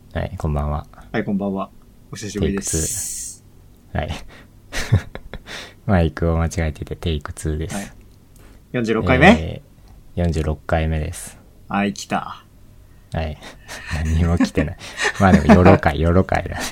はい、こんばんは。 はい、こんばんは。お久しぶりです。 はい。マイクを間違えててテイク2です。はい、 46回目、 46回目です。 はい、来た。 はい。何も来てない。まあでも、よろかいだ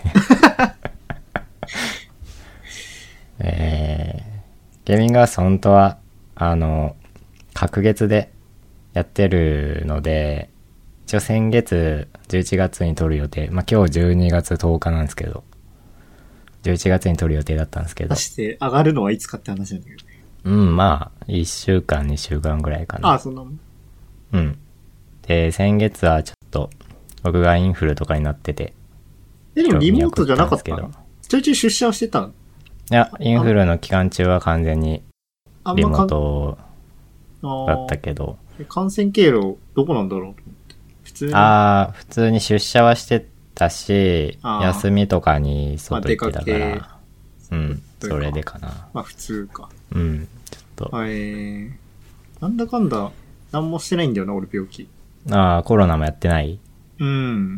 ね。ゲーミングは本当は、隔月でやってるので、一応先月11月に撮る予定、まあ今日12月10日なんですけど、11月に撮る予定だったんですけど。 果たして上がるのはいつかって話なんだけどね。 うん、まあ、1週間、2週間ぐらいかな。 ああ、そんなもん。 うん。で、先月はちょっと、僕がインフルとかになってて。 でもリモートじゃなかったの？ちょいちょい出社してたの？ いや、インフルの期間中は完全にリモートだったけど。 感染経路どこなんだろうと思って。 普通に出社はしてたし、休みとかに外行ってたから。うん、それでかな。 まあ普通か。 うん、ちょっと。 なんだかんだ、なんもしてないんだよな、俺病気。 ああ、コロナもやってない？ うん。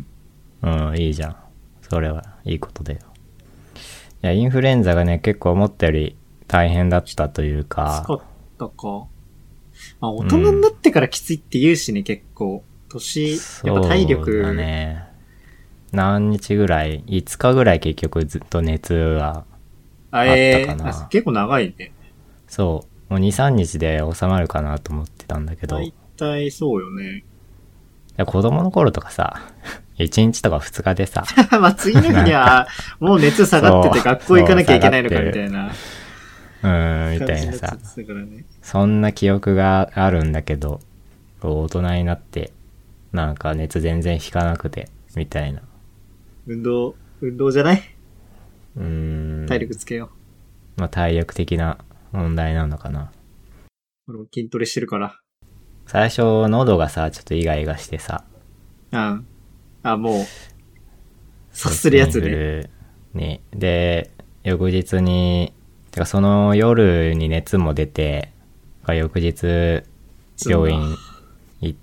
うん、いいじゃん。それはいいことだよ。いや、インフルエンザがね、結構思ったより大変だったというか。 きつかったか。まあ大人になってからきついって言うしね、結構。やっぱ体力。 そうだね。何日ぐらい ?5 日ぐらい結局ずっと熱はあったかな。 結構長いね。 そう。もう2、3日で収まるかなと思ってたんだけど。 大体そうよね。 子供の頃とかさ、1日とか2日でさ。 まあ次の日にはもう熱下がってて学校行かなきゃいけないのかみたいな。 みたいなさ。そんな記憶があるんだけど、大人になって、なんか熱全然引かなくて、みたいな。 運動じゃない？体力つけよう。まあ体力的な問題なのかな。 俺も筋トレしてるから。 最初喉がさ、ちょっとイガイガしてさ。 うん。あ、もう、察するやつね。 ね。で、翌日に、てかその夜に熱も出て、翌日、病院行って、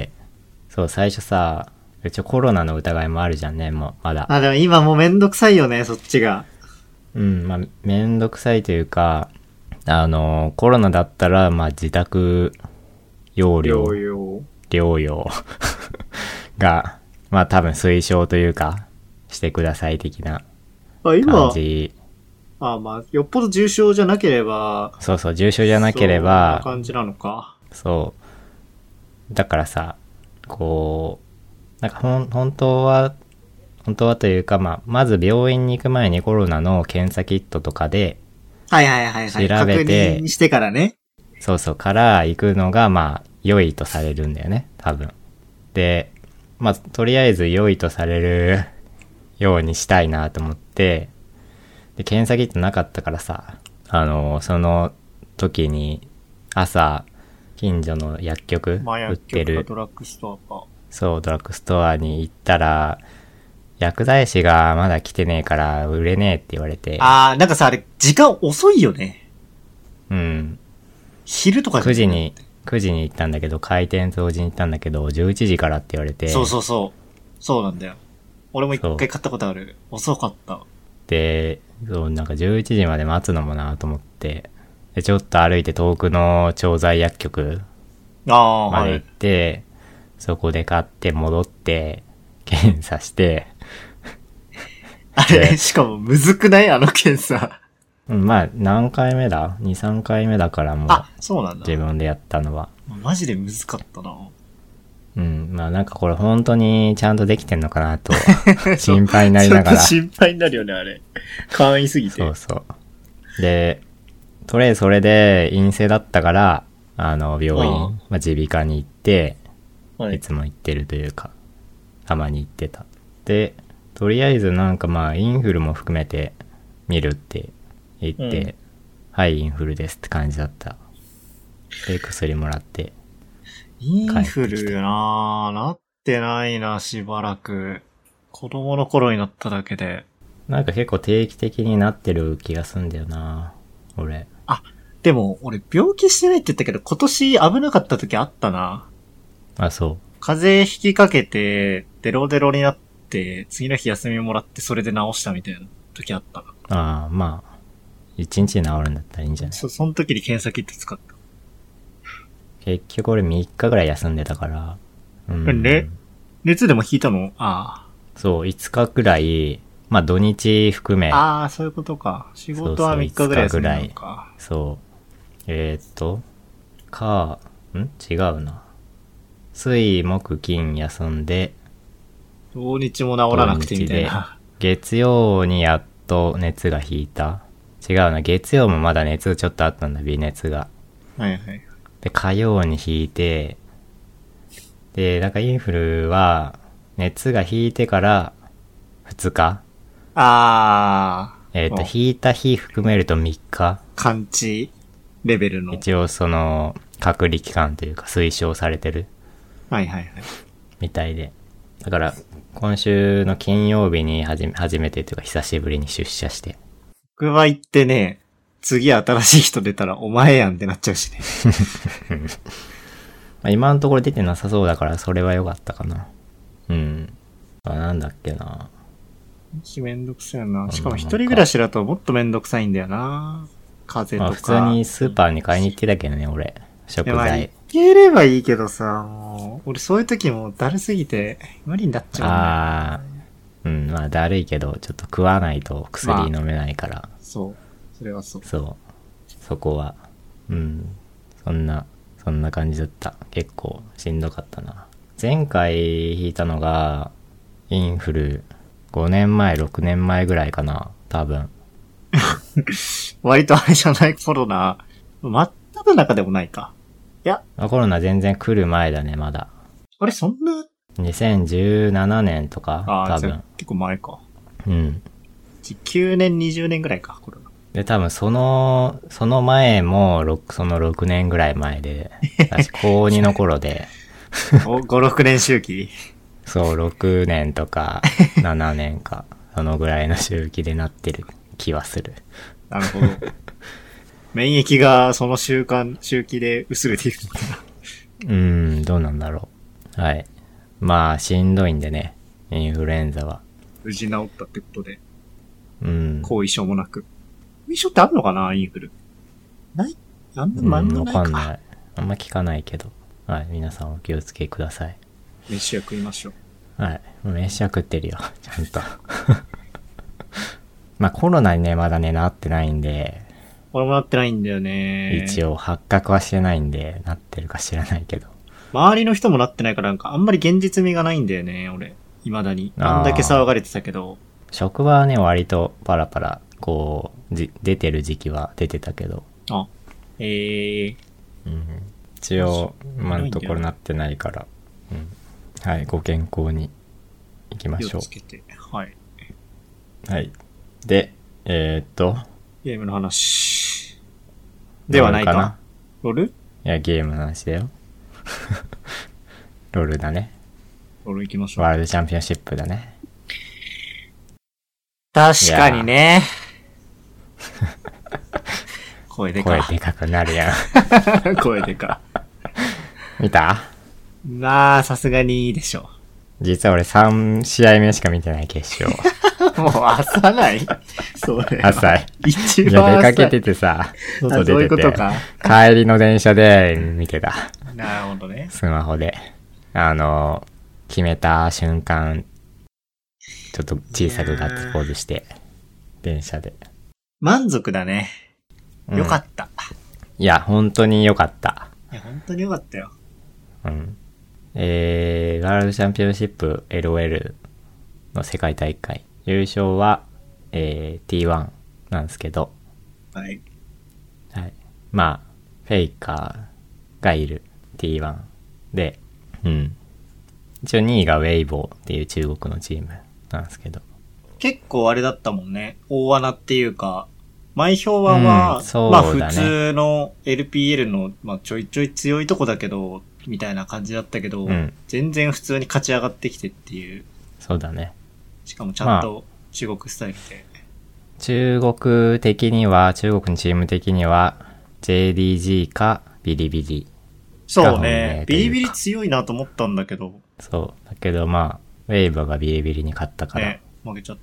そう、最初さ、コロナの疑いもあるじゃんね、もう、まだ。 でも今もうめんどくさいよね、そっちが。 うん、まあ、めんどくさいというか、コロナだったら、まあ、自宅療養が、まあ、多分推奨というか、してください的な感じ。 まあ、よっぽど重症じゃなければ。 そう、重症じゃなければ。 そんな感じなのか。 そう。だからさ、こう、なんか本当はというか、まず病院に行く前にコロナの検査キットとかで、 調べて、 確認してからね。 そうから行くのが、まあ、良いとされるんだよね、多分。で、まあ、とりあえず良いとされるようにしたいなと思って、で、検査キットなかったからさ、その時に、朝、近所の薬局売ってる。 ドラッグストアか。 そう、ドラッグストアに行ったら、薬剤師がまだ来てねえから売れねえって言われて。 なんかさ、あれ、時間遅いよね。 うん。 昼とか 9時に行ったんだけど、開店同時に行ったんだけど、11時からって言われて。 そう。そうなんだよ。俺も一回買ったことある。遅かった。 で、なんか11時まで待つのもなと思って、で、ちょっと歩いて遠くの調剤薬局まで行って、はい、そこで買って戻って、検査して、 あれ、しかもむずくない？あの検査。 まあ、何回目だ ?2、3回目だからもう。 そうなんだ。 自分でやったのは。 マジで難かったな。 うん。まあなんかこれ本当にちゃんとできてんのかなと、心配になりながら。 心配になるよね、あれ。簡易すぎて。 そう。で、とりあえずそれで陰性だったから、病院、耳鼻科に行って、いつも行ってるというか、たまに行ってた。で、とりあえずなんかまあインフルも含めて見るって言って、はい、インフルですって感じだった。で、薬もらって。 インフルなってないな、しばらく。子供の頃になっただけで。 なんか結構定期的になってる気がすんだよな、俺。 でも俺病気してないって言ったけど、今年危なかった時あったな。 あ、そう。 風邪ひきかけて、デロデロになって、次の日休みもらってそれで治したみたいな時あったな。 ああ、まあ、1日で治るんだったらいいんじゃない？ その時に検査キット使った。 結局俺3日ぐらい休んでたから。 熱でも引いたの？ああ。 そう、5日ぐらい、まあ土日含め。 ああ、そういうことか。仕事は3日ぐらい休んだのか。 そう。違うな。水、木、金休んで、 土日も治らなくてみたいな。 月曜にやっと熱が引いた。違うな、月曜もまだ熱ちょっとあったんだ、微熱が。 はいはい。 で、火曜に引いて、で、なんかインフルは、熱が引いてから2日。引いた日含めると3日。 完治レベルの。 一応隔離期間というか推奨されてる。 はいはいはい。 みたいで。だから、今週の金曜日に初めてというか久しぶりに出社して。 僕は行ってね、次新しい人出たらお前やんってなっちゃうしね。 まあ今のところ出てなさそうだからそれは良かったかな。うん。なんだっけな。 めんどくさいな。しかも一人暮らしだともっとめんどくさいんだよな。風邪とか。 普通にスーパーに買いに行ってたけどね、俺。食材。 行ければいいけどさ、もう、俺そういう時もだるすぎて無理になっちゃうんだよ。 ああ。うん、まあだるいけど、ちょっと食わないと薬飲めないから。 そう。それはそう。 そう。そこは。うん。そんな感じだった。結構しんどかったな。前回引いたのが、インフル、5年前、6年前ぐらいかな。多分。 割とあれじゃない、コロナ。真っ只中でもないか。いや。 コロナ全然来る前だね、まだ。 あれ、そんな ?2017 年とか多分。 結構前か。 うん。 9年、20年ぐらいか、コロナ。 で、多分その前も、その6年ぐらい前で、私高2の頃で。 5、6年周期そう、6年とか、7年か、そのぐらいの周期でなってる気はする。 なるほど。免疫がその周期で薄れていくのかな。どうなんだろう。はい。まあ、しんどいんでね、インフルエンザは。 無事治ったってことで。 後遺症もなく。後遺症ってあるのかな、インフル。ない？あんまないか。 わかんない。あんま聞かないけど。はい、皆さんお気をつけください。 飯は食いましょう。はい。飯は食ってるよ。ちゃんと。まあコロナにね、まだね、なってないんで。 俺もなってないんだよね。 一応発覚はしてないんで、なってるか知らないけど。 周りの人もなってないからなんかあんまり現実味がないんだよね、俺。未だに。あんだけ騒がれてたけど。 職場はね、割とパラパラ、出てる時期は出てたけど。一応、今のところなってないから。はい、ご健康に行きましょう。 気をつけて。はい。 はい。で、 ゲームの話。ではないか。ロール？ いや、ゲームの話だよ。ロールだね。 ロール行きましょう。 ワールドチャンピオンシップだね。 確かにね。声でかくなるやん。声でか。 見た？ まあ、さすがにいいでしょう。実は俺3試合目しか見てない決勝。 もう浅ないそれ。 浅い。 一番浅い。 いや、出かけててさ、 外出てて。そういうことか。 帰りの電車で見てた。 なるほどね。 スマホで。決めた瞬間、ちょっと小さくガッツポーズして、電車で。 満足だね。よかった。 いや、本当によかった。 いや、本当によかったよ。 ワールドチャンピオンシップ LOL の世界大会。優勝は、T1 なんですけど。 はい。 はい。まあ、フェイカーがいる T1 で、一応2位がウェイボーっていう中国のチームなんですけど。 結構あれだったもんね。大穴っていうか、前評判は、まあ普通の LPL の、まあちょいちょい強いとこだけど、みたいな感じだったけど、全然普通に勝ち上がってきてっていう。 そうだね。 しかもちゃんと中国スタイルで。 中国のチーム的には、JDG かビリビリ。 そうね。ビリビリ強いなと思ったんだけど。 そう。だけどまあ、 ウェイブがビリビリに勝ったから。 ね、負けちゃって。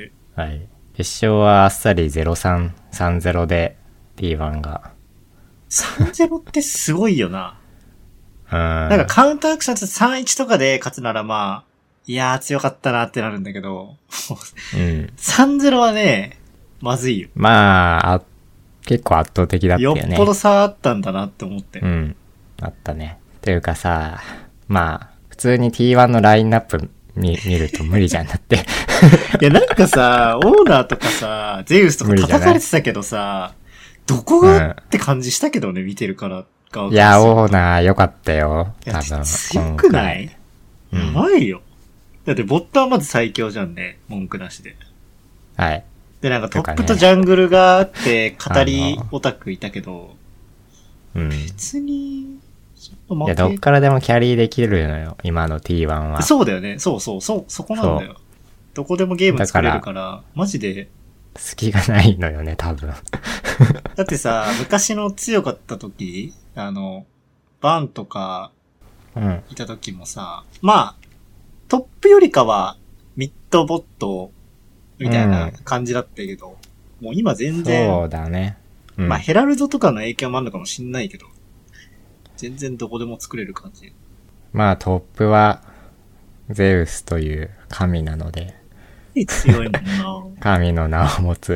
はい。決勝はあっさり 0-3、3-0で T1 が。 3-0 ってすごいよな。 なんかカウンターアクションって 3-1 とかで勝つならまあ、いやー強かったなってなるんだけど、3-0 はね、まずいよ。 まあ、結構圧倒的だったよね。 よっぽど差あったんだなって思って。 あったね。というかさ、まあ、普通に T1 のラインナップ見ると無理じゃんだって。 いやなんかさ、オーナーとかさ、ゼウスとか叩かれてたけどさ、どこがって感じしたけどね、見てるから。 いや、オーナー良かったよ。多分。 強くない？やばいよ。だってボットはまず最強じゃんね。文句なしで。 はい。 で、なんかトップとジャングルがあって、語りオタクいたけど、別に、 いや、どっからでもキャリーできるのよ。今の T1 は。 そうだよね。そこなんだよ。どこでもゲーム作れるから、マジで。 隙がないのよね、多分。 だってさ、昔の強かった時、バーンとか、いた時もさ、まあ、トップよりかは、ミッドボット、みたいな感じだったけど、もう今全然、 そうだね。 まあ、ヘラルドとかの影響もあるのかもしんないけど、全然どこでも作れる感じ。 まあ、トップは、ゼウスという神なので。 強いもんな。 神の名を持つ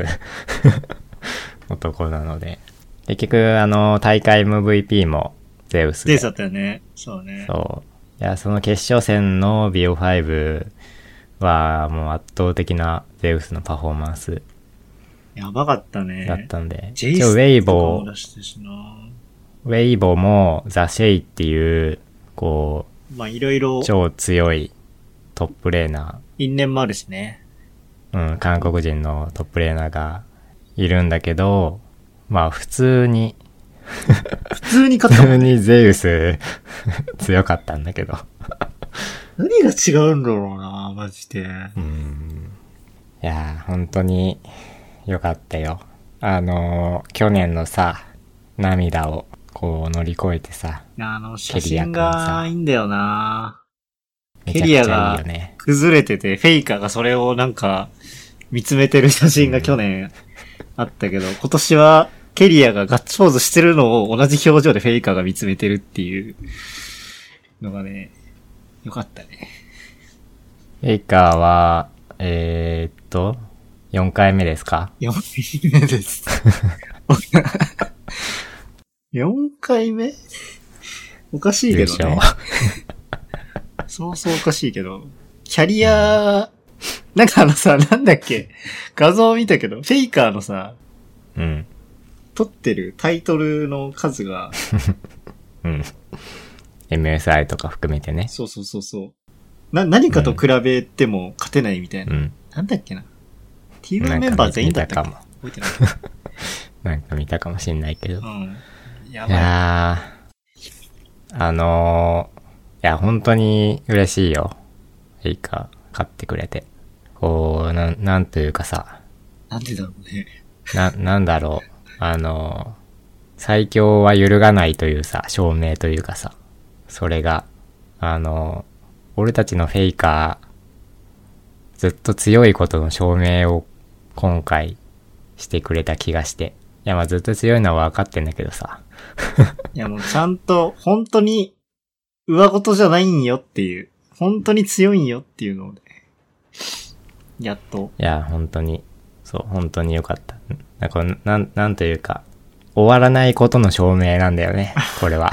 男なので。結局、大会 MVP もゼウスで。 ゼウスだったよね。そうね。 そう。いや、その決勝戦の BO5 はもう圧倒的なゼウスのパフォーマンス。 やばかったね。 だったんで。 ジェイスウェイボーもザ・シェイっていう、こう、まあいろいろ。 超強いトップレーナー。因縁もあるしね。 韓国人のトップレーナーがいるんだけど、まあ普通に勝った、 普通にゼウス強かったんだけど何が違うんだろうな、マジで。 いやー、本当に良かったよ。去年のさ、涙をこう乗り越えてさ、 写真がいいんだよな。ケリアが崩れてて、フェイカーがそれをなんか見つめてる写真が去年あったけど、今年はケリアがガッツポーズしてるのを同じ表情でフェイカーが見つめてるっていうのがね、よかったね。 フェイカーは、4回目ですか？ 4 回目です。4回目？おかしいけどね。そうそうおかしいけど。キャリア、なんかなんだっけ、画像見たけど、フェイカーのさ、取ってるタイトルの数が、 MSI とか含めてね。 そう。何かと比べても勝てないみたいな。なんだっけな。TM メンバー全員だったっけ？覚えてない。 なんか見たかもしんないけど。 やばい。 いや、本当に嬉しいよ。フェイカー買ってくれて。こう、なんというかさ。 なんでだろうね。 なんだろう。最強は揺るがないというさ、証明というかさ。それが、俺たちのフェイカー、ずっと強いことの証明を今回してくれた気がして。いや、まあずっと強いのは分かってんだけどさ。 いや、もうちゃんと、本当に、上事じゃないんよっていう、本当に強いんよっていうのをね、やっと。 いや、本当に、そう、本当に良かった。なんというか、終わらないことの証明なんだよね、これは。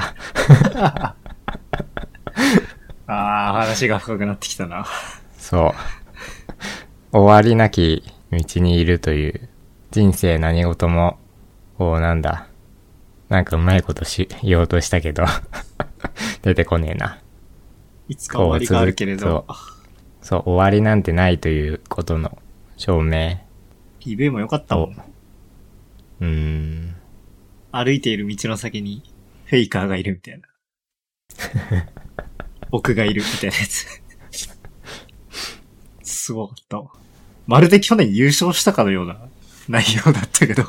話が深くなってきたな。 そう。終わりなき道にいるという、人生何事も、なんかうまいこと言おうとしたけど、出てこねえな。 いつか終わりがあるけれど。 そう、終わりなんてないということの証明。 PV も良かったもん。 歩いている道の先にフェイカーがいるみたいな。僕がいるみたいなやつ。すごかったわ。まるで去年優勝したかのような内容だったけど。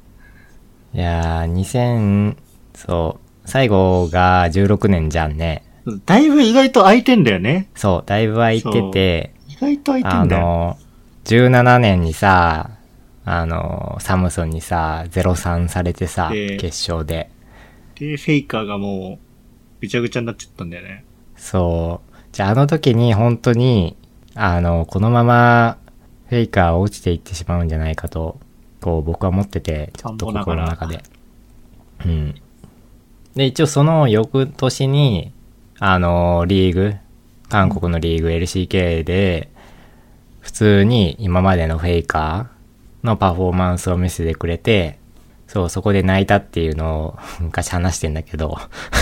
いやー、そう、最後が16年じゃんね。 だいぶ意外と空いてんだよね。 そう、だいぶ空いてて、 意外と空いてんだよ。 17年にさ、サムソンにさ、0-3されてさ、決勝で。 で、フェイカーがもう、ぐちゃぐちゃになっちゃったんだよね。 そう。じゃあ時に本当に、このまま、フェイカー落ちていってしまうんじゃないかと、こう僕は思ってて、ちょっと心の中で。うん。で、一応その翌年に、リーグ、韓国のリーグ LCK で、普通に今までのフェイカーのパフォーマンスを見せてくれて、そう、そこで泣いたっていうのを昔話してんだけど、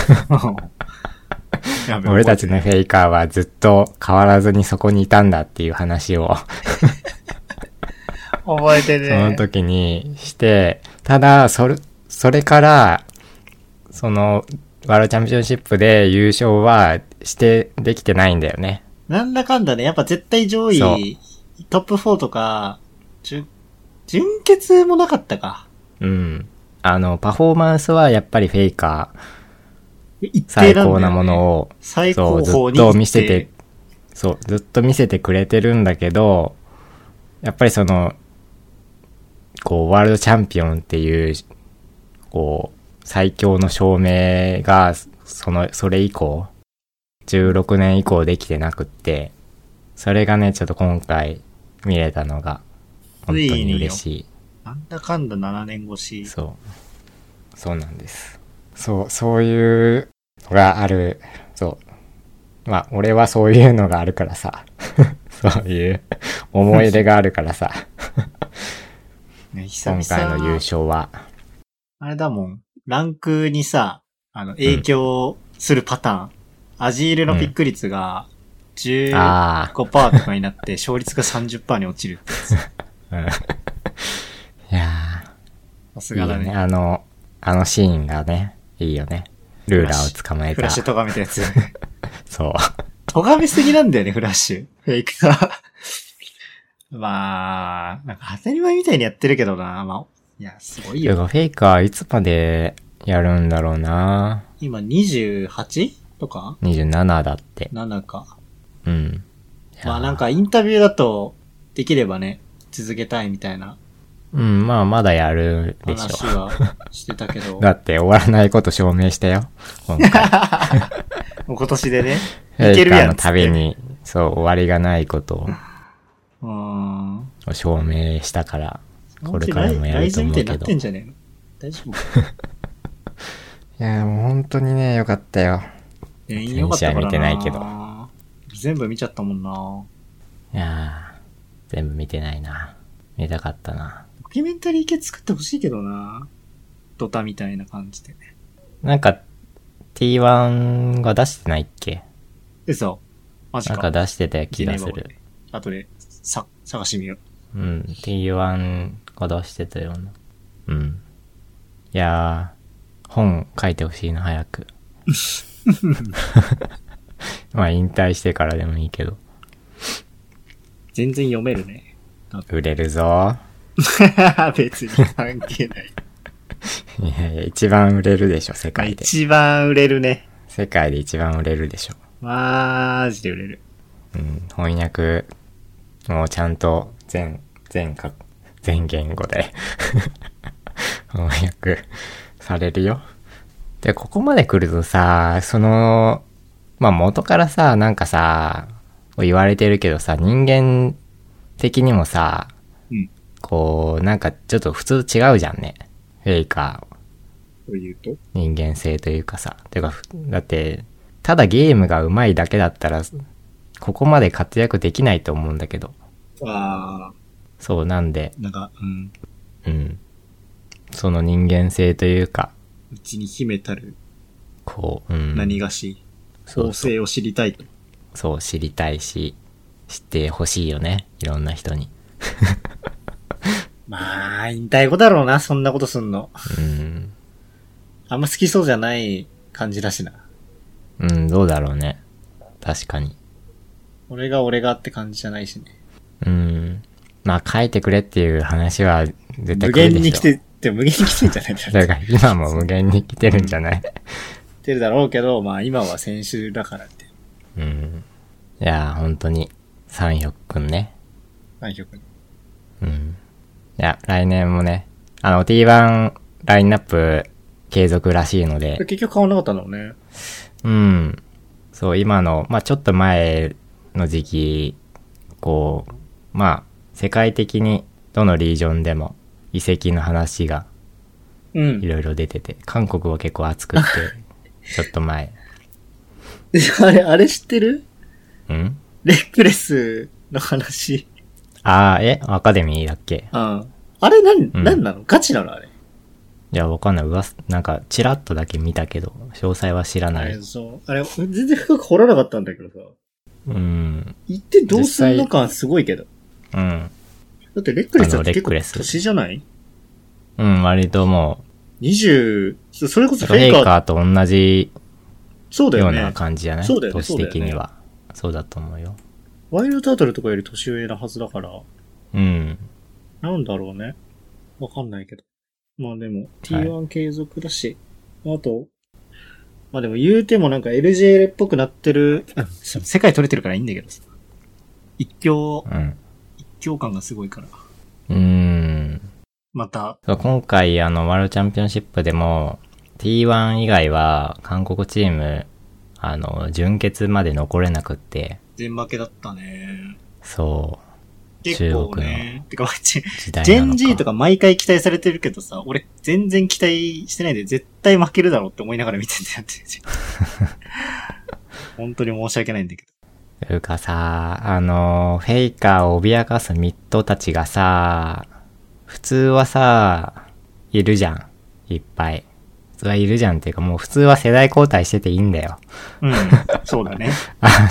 俺たちのフェイカーはずっと変わらずにそこにいたんだっていう話を覚えてね。 その時にして、ただ、それから、その、ワールドチャンピオンシップで優勝はできてないんだよね。 なんだかんだね、やっぱ絶対上位、トップ4とか、準決もなかったか。 うん。パフォーマンスはやっぱりフェイカー、最高なものを、 最高峰にずっと見せて、そう、ずっと見せてくれてるんだけど、やっぱりその、こう、ワールドチャンピオンっていう、こう、最強の証明が、それ以降、16年以降できてなくって、それがね、ちょっと今回見れたのが、本当に嬉しい。 なんだかんだ7年越し。 そうなんです。そういうのがある。そう。まあ、俺はそういうのがあるからさ。そういう思い出があるからさ。 ね、久々 今回の優勝は。 あれだもん。ランクにさ、影響するパターン。アジールのピック率が15% とかになって勝率が 30% に落ちるってやつ。 いやー。さすがだね。 いいよね。あのシーンがね、いいよね。ルーラーを捕まえた。 フラッシュ咎めたやつ。 そう。 咎めすぎなんだよね、フラッシュ。フェイクが。まあ、なんか当たり前みたいにやってるけどな。まあ、いや、すごいよ。 フェイカーいつまでやるんだろうな。 今 28? とか ?27 だって。 7か。 うん。 まあなんかインタビューだと、できればね、続けたいみたいな。 うん、まあまだやるでしょ。 話はしてたけど。 だって終わらないこと証明したよ。今回。 もう今年でね。 いけるやん。の旅に、そう、終わりがないことを証明したから、これからもやると思うけど。 ライズみたいになってんじゃねえの？大丈夫？ いや、もう本当にね、よかったよ。 全試合見てないけど。 全部見ちゃったもんな。 いやー、全部見てないな。見たかったな。 ドキュメンタリー系作ってほしいけどな。ドタみたいな感じで。 なんか、T1 が出してないっけ？ 嘘。マジか。 なんか出してた気がする。 後で、探してみよう。うん、T1 が出してたような。うん。いやー、本書いてほしいな、早く。まあ、引退してからでもいいけど。 全然読めるね。 売れるぞ。 別に関係ない。 いやいや、一番売れるでしょ、世界で。 一番売れるね。 世界で一番売れるでしょ。 マジで売れる。 うん、翻訳、もうちゃんと全言語で翻訳されるよ。で、ここまで来るとさ、まあ、元からさ、なんかさ、言われてるけどさ、人間的にもさ、 うん、 こう、なんかちょっと普通違うじゃんね。フェイカー。 というと？ 人間性というかさ。てか、だって、ただゲームが上手いだけだったら、ここまで活躍できないと思うんだけど。 ああ。 そう、なんで。 なんか、うん。 うん。その人間性というか。 うちに秘めたる。 こう、うん。 何がし。構成を知りたいと。 そう、知りたいし、知ってほしいよね。いろんな人に。 まあ、引退後だろうな、そんなことすんの。 うん。 あんま好きそうじゃない感じだしな。 うん、どうだろうね。確かに。 俺がって感じじゃないしね。 うん。まあ、書いてくれっていう話は絶対来るでしょ。 無限に来てんじゃないんだだから今も無限に来てるんじゃない？ っってるだろうけど、まあ今は選手だからって。 うん。いやー、本当に、三百くんね。 三百くん。 うん。いや、来年もね、T1 ラインナップ継続らしいので。 結局変わんなかったのね。 うん。そう、今の、まあちょっと前の時期、こう、まあ世界的にどのリージョンでも移籍の話がいろいろ出てて、韓国は結構熱くって、ちょっと前。 あれ知ってる？ ん？ レックレスの話。 アカデミーだっけ？ うん。あれなんなの？ガチなのあれ。いや、わかんない。なんか、チラッとだけ見たけど、詳細は知らない。 そう。あれ、全然深く掘らなかったんだけどさ。言ってどうすんのかすごいけど。 うん。 だってレックレスって結構年じゃない？ うん、割ともう。20、それこそフェイカーと同じそうだよね。 ような感じじゃない？ そうだよね。 年的には。そうだと思うよ。 ワイルドタートルとかより年上なはずだから。 うん。 なんだろうね。わかんないけど。まあでも、T1 継続だし。はい、あと、まあでも言うてもなんか LJL っぽくなってる。世界取れてるからいいんだけどさ。一強感がすごいから。また。 今回ワールドチャンピオンシップでも T1 以外は韓国チーム、準決まで残れなくって。 全負けだったね。 そう。 結構ね。てか、ジェンジーとか毎回期待されてるけどさ、俺全然期待してないで絶対負けるだろうって思いながら見てんだよって。本当に申し訳ないんだけど。 というかさ、フェイカーを脅かすミッドたちがさ、普通はさ、いるじゃん。いっぱい。普通はいるじゃんっていうかもう普通は世代交代してていいんだよ。 うん、そうだね。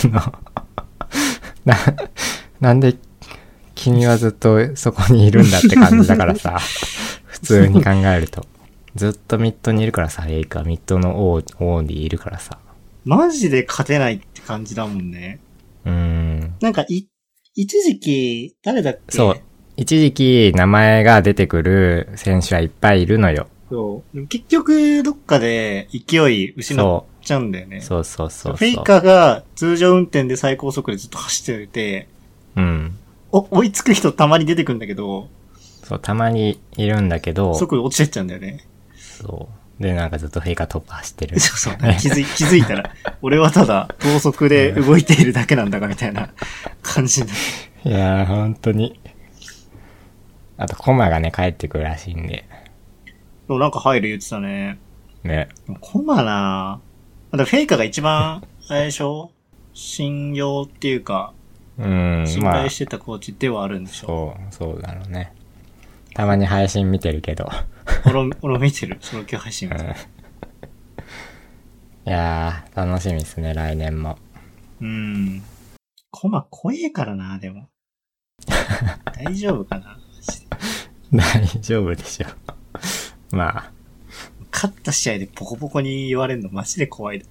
なんで君はずっとそこにいるんだって感じだからさ、普通に考えると。ずっとミッドにいるからさ、フェイカーミッドの王にいるからさ。 マジで勝てないって感じだもんね。なんか一時期、誰だっけ？ そう。一時期名前が出てくる選手はいっぱいいるのよ。 そう。結局、どっかで勢い失っちゃうんだよね。 そう。 フェイカーが通常運転で最高速でずっと走ってて、追いつく人たまに出てくるんだけど、 そう、たまにいるんだけど、 速度落ちてっちゃうんだよね。 そう。で、なんかずっとフェイカートップ走ってる。 そう。気づいたら、俺はただ、高速で動いているだけなんだかみたいな感じで。 いやー、本当に。あと、コマがね、帰ってくるらしいんで。 そう、なんか入る言ってたね。 ね。 コマなぁ。フェイカーが一番、あれでしょ？信用っていうか、信頼してたコーチではあるんでしょ？ そうだろうね。たまに配信見てるけど。 俺見てる。その今日配信見てる。 いやー、楽しみですね、来年も。 コマ怖えからな、でも。大丈夫かな？ 大丈夫でしょ。まあ。 勝った試合でボコボコに言われるのマジで怖い。 い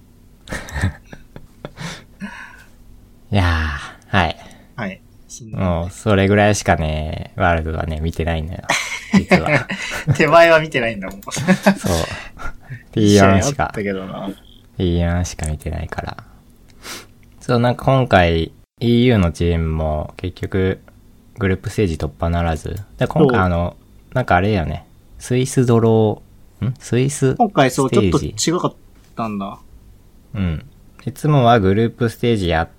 やー、はい。 はい。 もう、それぐらいしかね、ワールドはね、見てないんだよ。実は。 手前は見てないんだもん。 そう。T1 しか。 T1 しか見てないから。そう、なんか今回 EU のチームも結局グループステージ突破ならず。で、今回なんかあれやね。スイスドロー、スイスステージ。 今回そう、ちょっと違かったんだ。 うん。いつもはグループステージやって、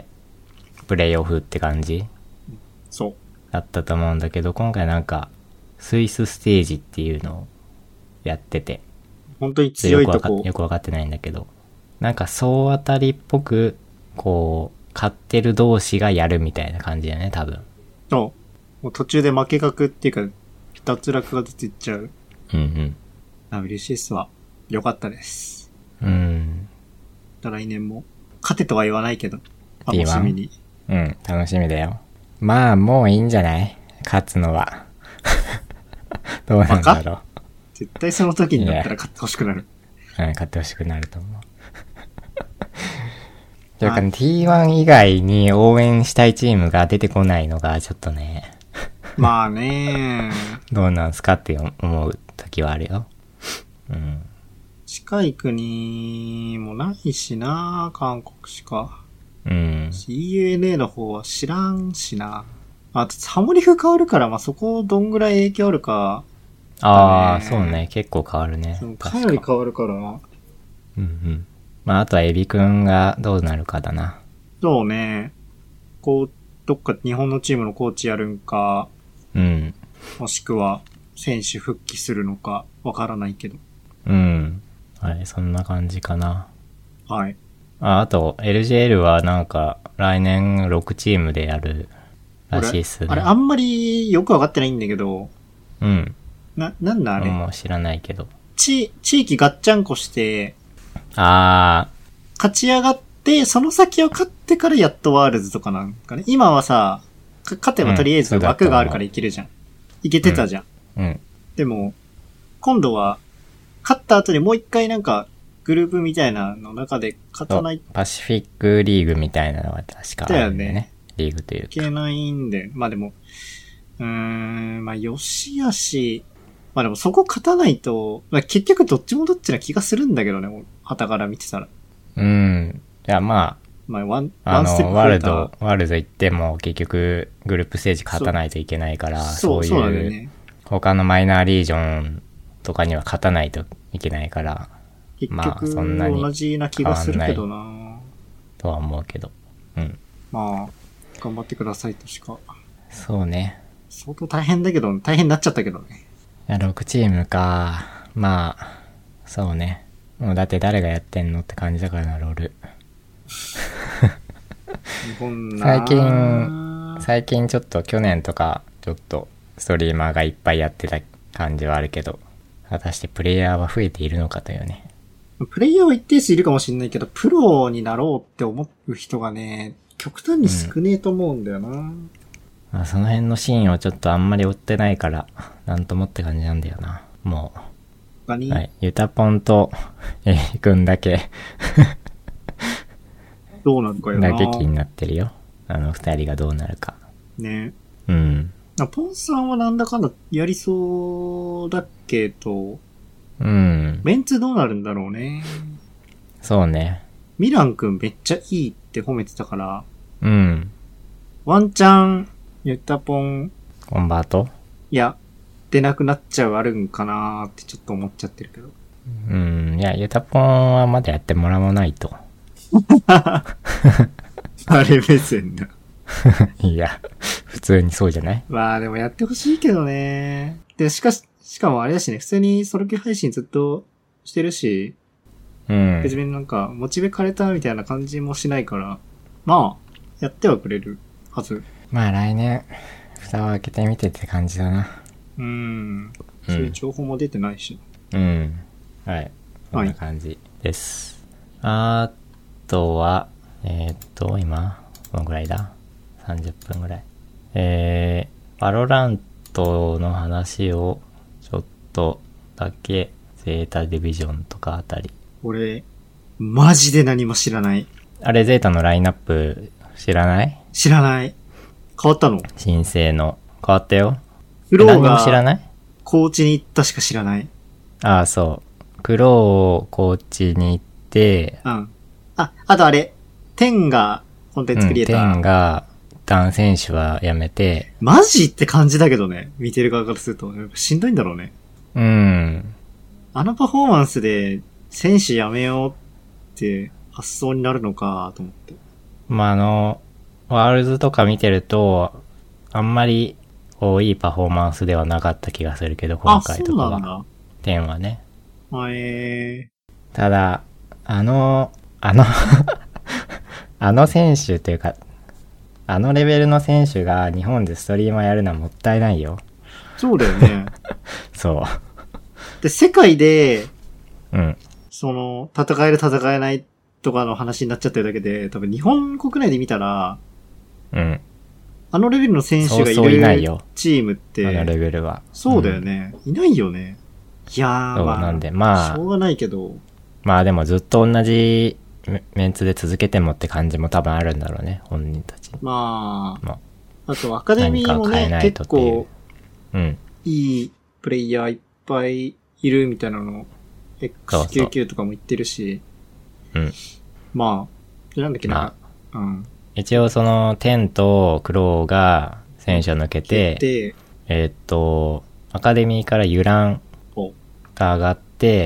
プレイオフって感じそう。 だったと思うんだけど、今回なんか、スイスステージっていうのをやってて。 本当に強いとこ。 よくわかってないんだけど。なんか総当たりっぽく、こう、勝ってる同士がやるみたいな感じだよね、多分。 そう。もう途中で負け確っていうか、脱落が出ていっちゃう。WCS は良かったです。来年も、勝てとは言わないけど、楽しみに。 楽しみだよ。まあ、もういいんじゃない？勝つのは。どうなんだろう。 絶対その時になったら勝ってほしくなる。 勝ってほしくなると思う。というか、T1 以外に応援したいチームが出てこないのがちょっとね。 まあねどうなんすかって思う時はあるよ。 近い国もないしな、韓国しか。CUNA の方は知らんしな。あと、ハモリフ変わるから、まあ、そこどんぐらい影響あるか。 ああ、そうね。結構変わるね。 かなり変わるから。 うんうん。まあ、あとはエビくんがどうなるかだな。 そうね。どっか日本のチームのコーチやるんか。 うん。 もしくは、選手復帰するのか、わからないけど。 うん。はい、そんな感じかな。 はい。 あと、LJL はなんか、来年6チームでやるらしいっすね。 あれ、あんまりよくわかってないんだけど。 うん。 なんだあれ。 もう知らないけど。 地域ガッチャンコして、 勝ち上がって、その先を勝ってからやっとワールズとかなんかね。今はさ、勝てばとりあえず枠があるからいけるじゃん。いけてたじゃん。 うん。 でも、今度は、勝った後にもう一回なんか、グループみたいなの中で勝たない。 パシフィックリーグみたいなのが確かあるんだよね。リーグというか。 いけないんで。まあでも、まあよしあし、まあでもそこ勝たないと、まあ、結局どっちもどっちな気がするんだけどね、旗から見てたら。 いやまあ、ワールド行っても結局グループステージ勝たないといけないから、そういう、他のマイナーリージョンとかには勝たないといけないから、 まあそんなに同じな気がするけどなとは思うけど。うん。 まあ、頑張ってくださいとしか。 そうね。 相当大変だけど、大変になっちゃったけどね。 いや、6チームか。まあ、そうね。もうだって誰がやってんのって感じだからな、ロール。最近ちょっと去年とか、ちょっとストリーマーがいっぱいやってた感じはあるけど、果たしてプレイヤーは増えているのかというね。 プレイヤーは一定数いるかもしれないけど、プロになろうって思う人がね、極端に少ねえと思うんだよな。 まあ、その辺のシーンをちょっとあんまり追ってないから、なんともって感じなんだよな。もう。はい。ユタポンとエイくんだけどうなるかよな。 だけ気になってるよ。二人がどうなるか。 ね。 うん。 ポンさんはなんだかんだやりそうだけど、 うん。 メンツどうなるんだろうね。 そうね。 ミランくんめっちゃいいって褒めてたから。 うん。 ワンチャン、ユタポン。 コンバート？ いや、出なくなっちゃうあるんかなーってちょっと思っちゃってるけど。 いや、ユタポンはまだやってもらわないと。 あれ目線だ。 いや、普通にそうじゃない？ まあでもやってほしいけどね。で、しかもあれだしね、普通にソロ級配信ずっとしてるし、別になんか、モチベ枯れたみたいな感じもしないから、まあ、やってはくれるはず。 まあ来年、蓋を開けてみてって感じだな。 そういう情報も出てないし。 はい。こんな感じです。あとは、今、どのぐらいだ ?30 分ぐらい。バロラントの話を、ちょっとだけ、ゼータディビジョンとかあたり。 俺、マジで何も知らない。 あれ、ゼータのラインナップ、知らない？ 知らない。変わったの？ 申請の。変わったよ。 クローが、 何も知らない？ コーチに行ったしか知らない。 ああ、そう。クローコーチに行って、 あとあれ、テンがコンテンツクリエイター。 テンが、男選手は辞めて。 マジって感じだけどね。見てる側からすると。やっぱしんどいんだろうね。あのパフォーマンスで、選手辞めようって発想になるのかと思って。 まあワールズとか見てると、あんまり、いいパフォーマンスではなかった気がするけど、今回とかは。そうなんだ。テンはね。ただ、あの選手というか、あのレベルの選手が日本でストリーマーやるのはもったいないよ。 そうだよね。 そう。 で、世界で、戦える戦えないとかの話になっちゃってるだけで、多分日本国内で見たら、あのレベルの選手がいるチームって、 あのレベルは。 そうだよね。いないよね。いやー、 なんで、まあ、 しょうがないけど。 まあでもずっと同じメンツで続けてもって感じも多分あるんだろうね、本人たち。 まあ、あとアカデミーもね、結構、いいプレイヤーいっぱいいるみたいなの、 X99 とかも言ってるし。 うん。 まあ、なんだっけな。うん。 一応その、10とクローが選手を抜けて、アカデミーからユランが上がって、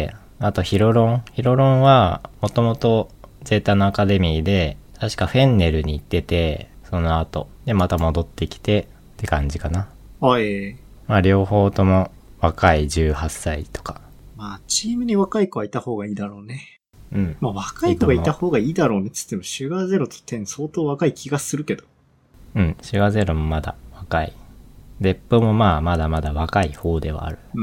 あとヒロロンは、もともとゼータのアカデミーで、確かフェンネルに行ってて、その後。で、また戻ってきて、って感じかな。 はい。 まあ、両方とも若い18歳とか。 まあ、チームに若い子はいた方がいいだろうね。 うん。 まあ、若い子がいた方がいいだろうねって言っても、シュガーゼロと10相当若い気がするけど。 うん、シュガーゼロもまだ若い。デップもまあ、まだまだ若い方ではある。 うん。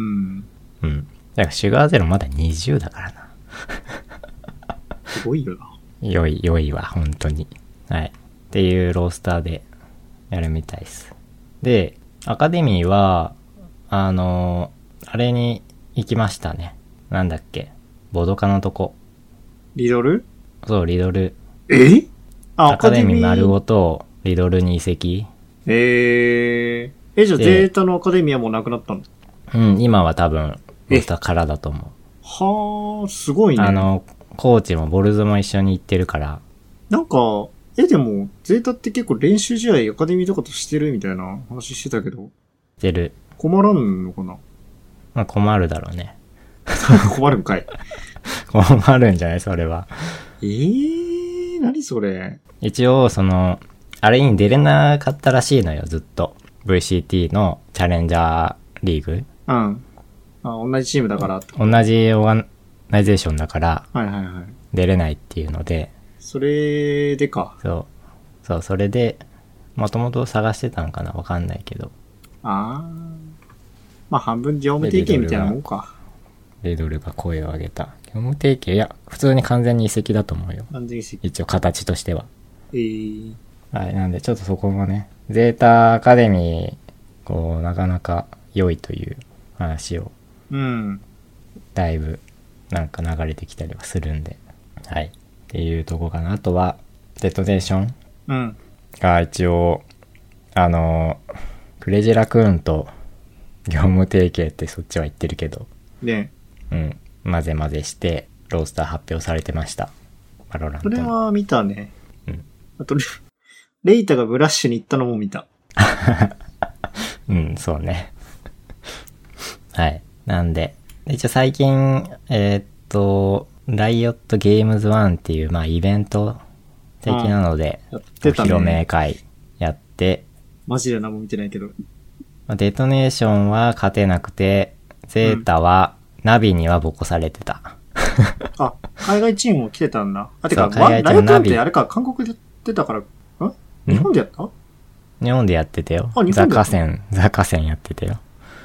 うん。だからシュガーゼロまだ20だからな。 すごいよな。 良いわ、本当に。はい。っていうロースターでやるみたいです。で、アカデミーは、あれに行きましたね。なんだっけ。ボドカのとこ。 リドル？ そう、リドル。 アカデミー丸ごとリドルに移籍。 じゃあゼータのアカデミーはもうなくなったの？ うん、今は多分、ロースターからだと思う。 はー、すごいね。 コーチもボルズも一緒に行ってるから。 なんか、でも、ゼータって結構練習試合アカデミーとかとしてるみたいな話してたけど。 してる。 困らんのかな？ まあ困るだろうね。 困るんかい。 困るんじゃないそれは。 何それ。 一応、あれに出れなかったらしいのよ、ずっと。VCT のチャレンジャーリーグ。 うん。同じチームだからって。 同じオーガナイゼーションだから、 はいはいはい。 出れないっていうので。 それでか。 そう、それで、もともと探してたんかなわかんないけど。 まあ半分業務提携みたいなもんか。 リドルが声を上げた。業務提携、いや、普通に完全に移籍だと思うよ。 完全移籍。 一応形としては。 はい、なんでちょっとそこもね、ゼータアカデミー、なかなか良いという話を。 うん。 だいぶ、なんか流れてきたりはするんで。はい。っていうとこかな。あとは、デトネーション。 うん。 が一応、クレジラクーンと業務提携ってそっちは言ってるけど。 ね。 うん。混ぜして、ロースター発表されてました。バロラント。 それは見たね。 うん。 あと、レイタがブラッシュに行ったのも見た。 うん、そうね。はい。なんで、一応最近、ライオットゲームズ1っていう、まあイベント的なので、 やってたね、 お披露目会やって、 マジで何も見てないけど。 デトネーションは勝てなくて、ゼータは、ナビにはボコされてた。 海外チームも来てたんだ。てか、ライオットなんてあれか、韓国でやってたから、日本でやった？ 日本でやってたよ。ザカセンやってたよ。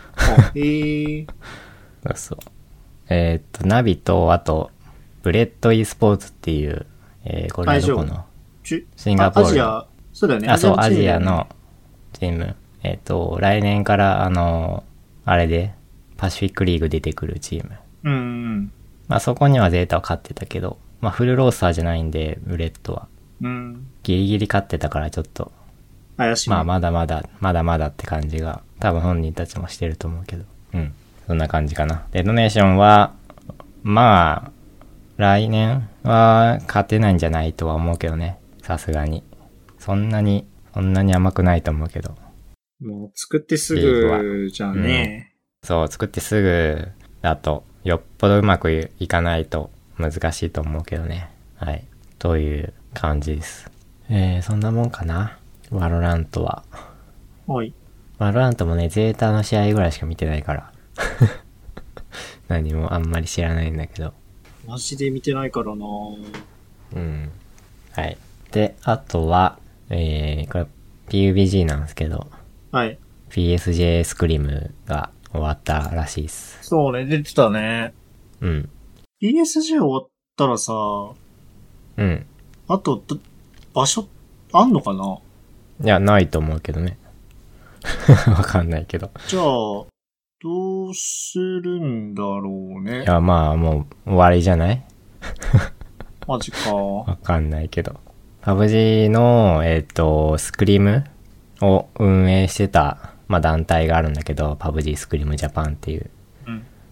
そう。ナビと、あと、ブレッド e スポーツっていう、これはどこのシンガポール。 アジア、そうだよね。 そう、アジアのチーム。来年から、あれで、パシフィックリーグ出てくるチーム。まあそこにはゼータは勝ってたけど、まあフルロースターじゃないんで、ブレッドは。ギリギリ勝ってたからちょっと。 怪しい。 まあまだまだって感じが、多分本人たちもしてると思うけど。うん。そんな感じかな。デトネーションは、まあ、来年は勝てないんじゃないとは思うけどね。さすがに。そんなに甘くないと思うけど。 もう作ってすぐじゃんね、 そう、作ってすぐだと、よっぽどうまくいかないと難しいと思うけどね。はい。という感じです。そんなもんかな。ワロラントは。 はい。 ワロラントもね、ゼータの試合ぐらいしか見てないから。何もあんまり知らないんだけど。 マジで見てないからな。 うん。はい。で、あとは、これ PUBG なんですけど。 はい。 PSJ スクリームが終わったらしいです。 そうね、出てたね。 うん。 PSJ 終わったらさ、 うん。 あと、場所、あんのかな？ いや、ないと思うけどね。わかんないけど。 じゃあ、どうするんだろうね。 いや、まあ、もう終わりじゃない？ マジか。 わかんないけど。PUBG の、スクリームを運営してた、まあ団体があるんだけど、PUBG スクリームジャパンっていう。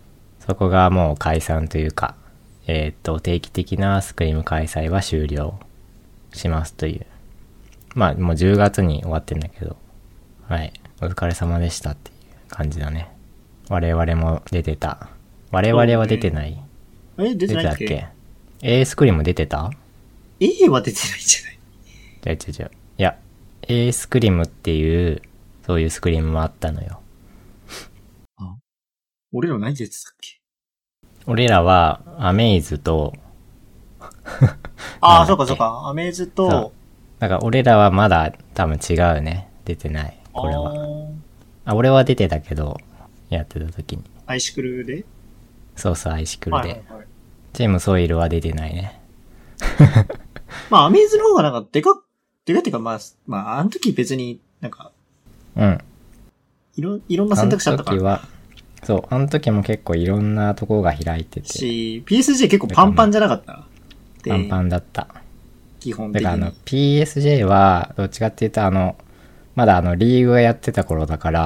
そこがもう解散というか、定期的なスクリーム開催は終了しますという。まあもう10月に終わってんだけど、はい。お疲れ様でしたっていう感じだね。我々も出てた。我々は出てない。 出てないっけ？ A スクリーム出てた？ A は出てないんじゃない？ 違う。いや、A スクリームっていう、そういうスクリームもあったのよ。 俺ら何出てたっけ？ 俺らは、アメイズと、 そうか。アメイズと、 だから俺らはまだ多分違うね。出てない。これは。俺は出てたけど、やってた時に。 アイシクルで？ そう、アイシクルで。チームソイルは出てないね。 まあ、アメイズの方がなんか、でかっていうか、まあ、あの時別になんか、いろんな選択肢あったから。 あの時も結構いろんなところが開いてて。 PSG 結構パンパンじゃなかった？ パンパンだった。 基本的に。 だからPSG は、どっちかっていうとまだリーグがやってた頃だから、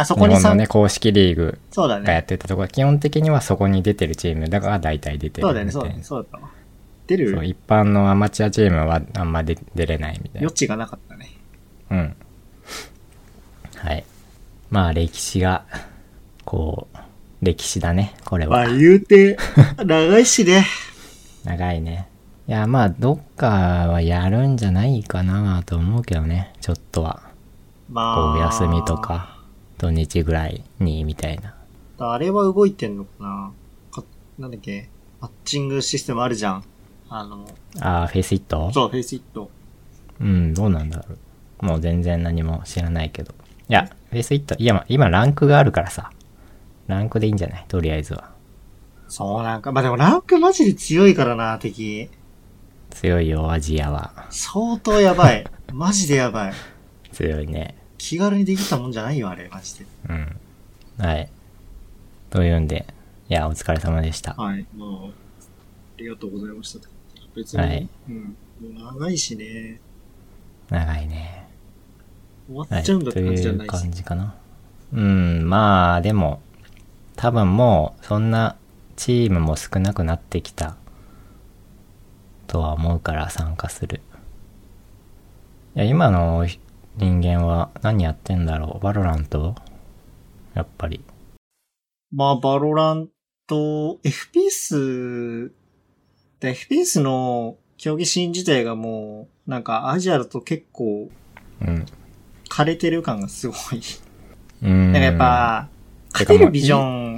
そこに日本のね、公式リーグがやってたところ、基本的にはそこに出てるチームだから大体出てる。 そうだね。そうだったわ。出る？ そう、一般のアマチュアチームはあんま出れないみたいな。 余地がなかったね。 うん。はい。まあ、歴史が、歴史だね、これは。 まあ、言うて、長いしね。 長いね。いや、まあ、どっかはやるんじゃないかなと思うけどね、ちょっとは。お休みとか、土日ぐらいに、みたいな。 あれは動いてんのかな？なんだっけ？マッチングシステムあるじゃん。フェイスイット？ そう、フェイスイット。 どうなんだろう。もう全然何も知らないけど。いや、フェイスイット、今ランクがあるからさ。ランクでいいんじゃない？とりあえずは。 そうなんか、まあ、でもランクマジで強いからな、敵。 強いよ、アジアは。 相当やばい。マジでやばい。 強いね。 気軽にできたもんじゃないよ、あれ、マジで。 はい。というんで、いや、お疲れ様でした。 はい、もう、ありがとうございました。別に、はい。もう長いしね。 長いね。 終わっちゃうんだって感じじゃないし。 という感じかな。まあ、でも、多分もう、そんなチームも少なくなってきた、とは思うから参加する。いや、今の人間は何やってんだろう？バロラント？やっぱり。 まあ、バロラント、FPS の競技シーン自体がもう、なんかアジアだと結構、枯れてる感がすごい。なんかやっぱ、勝てるビジョン。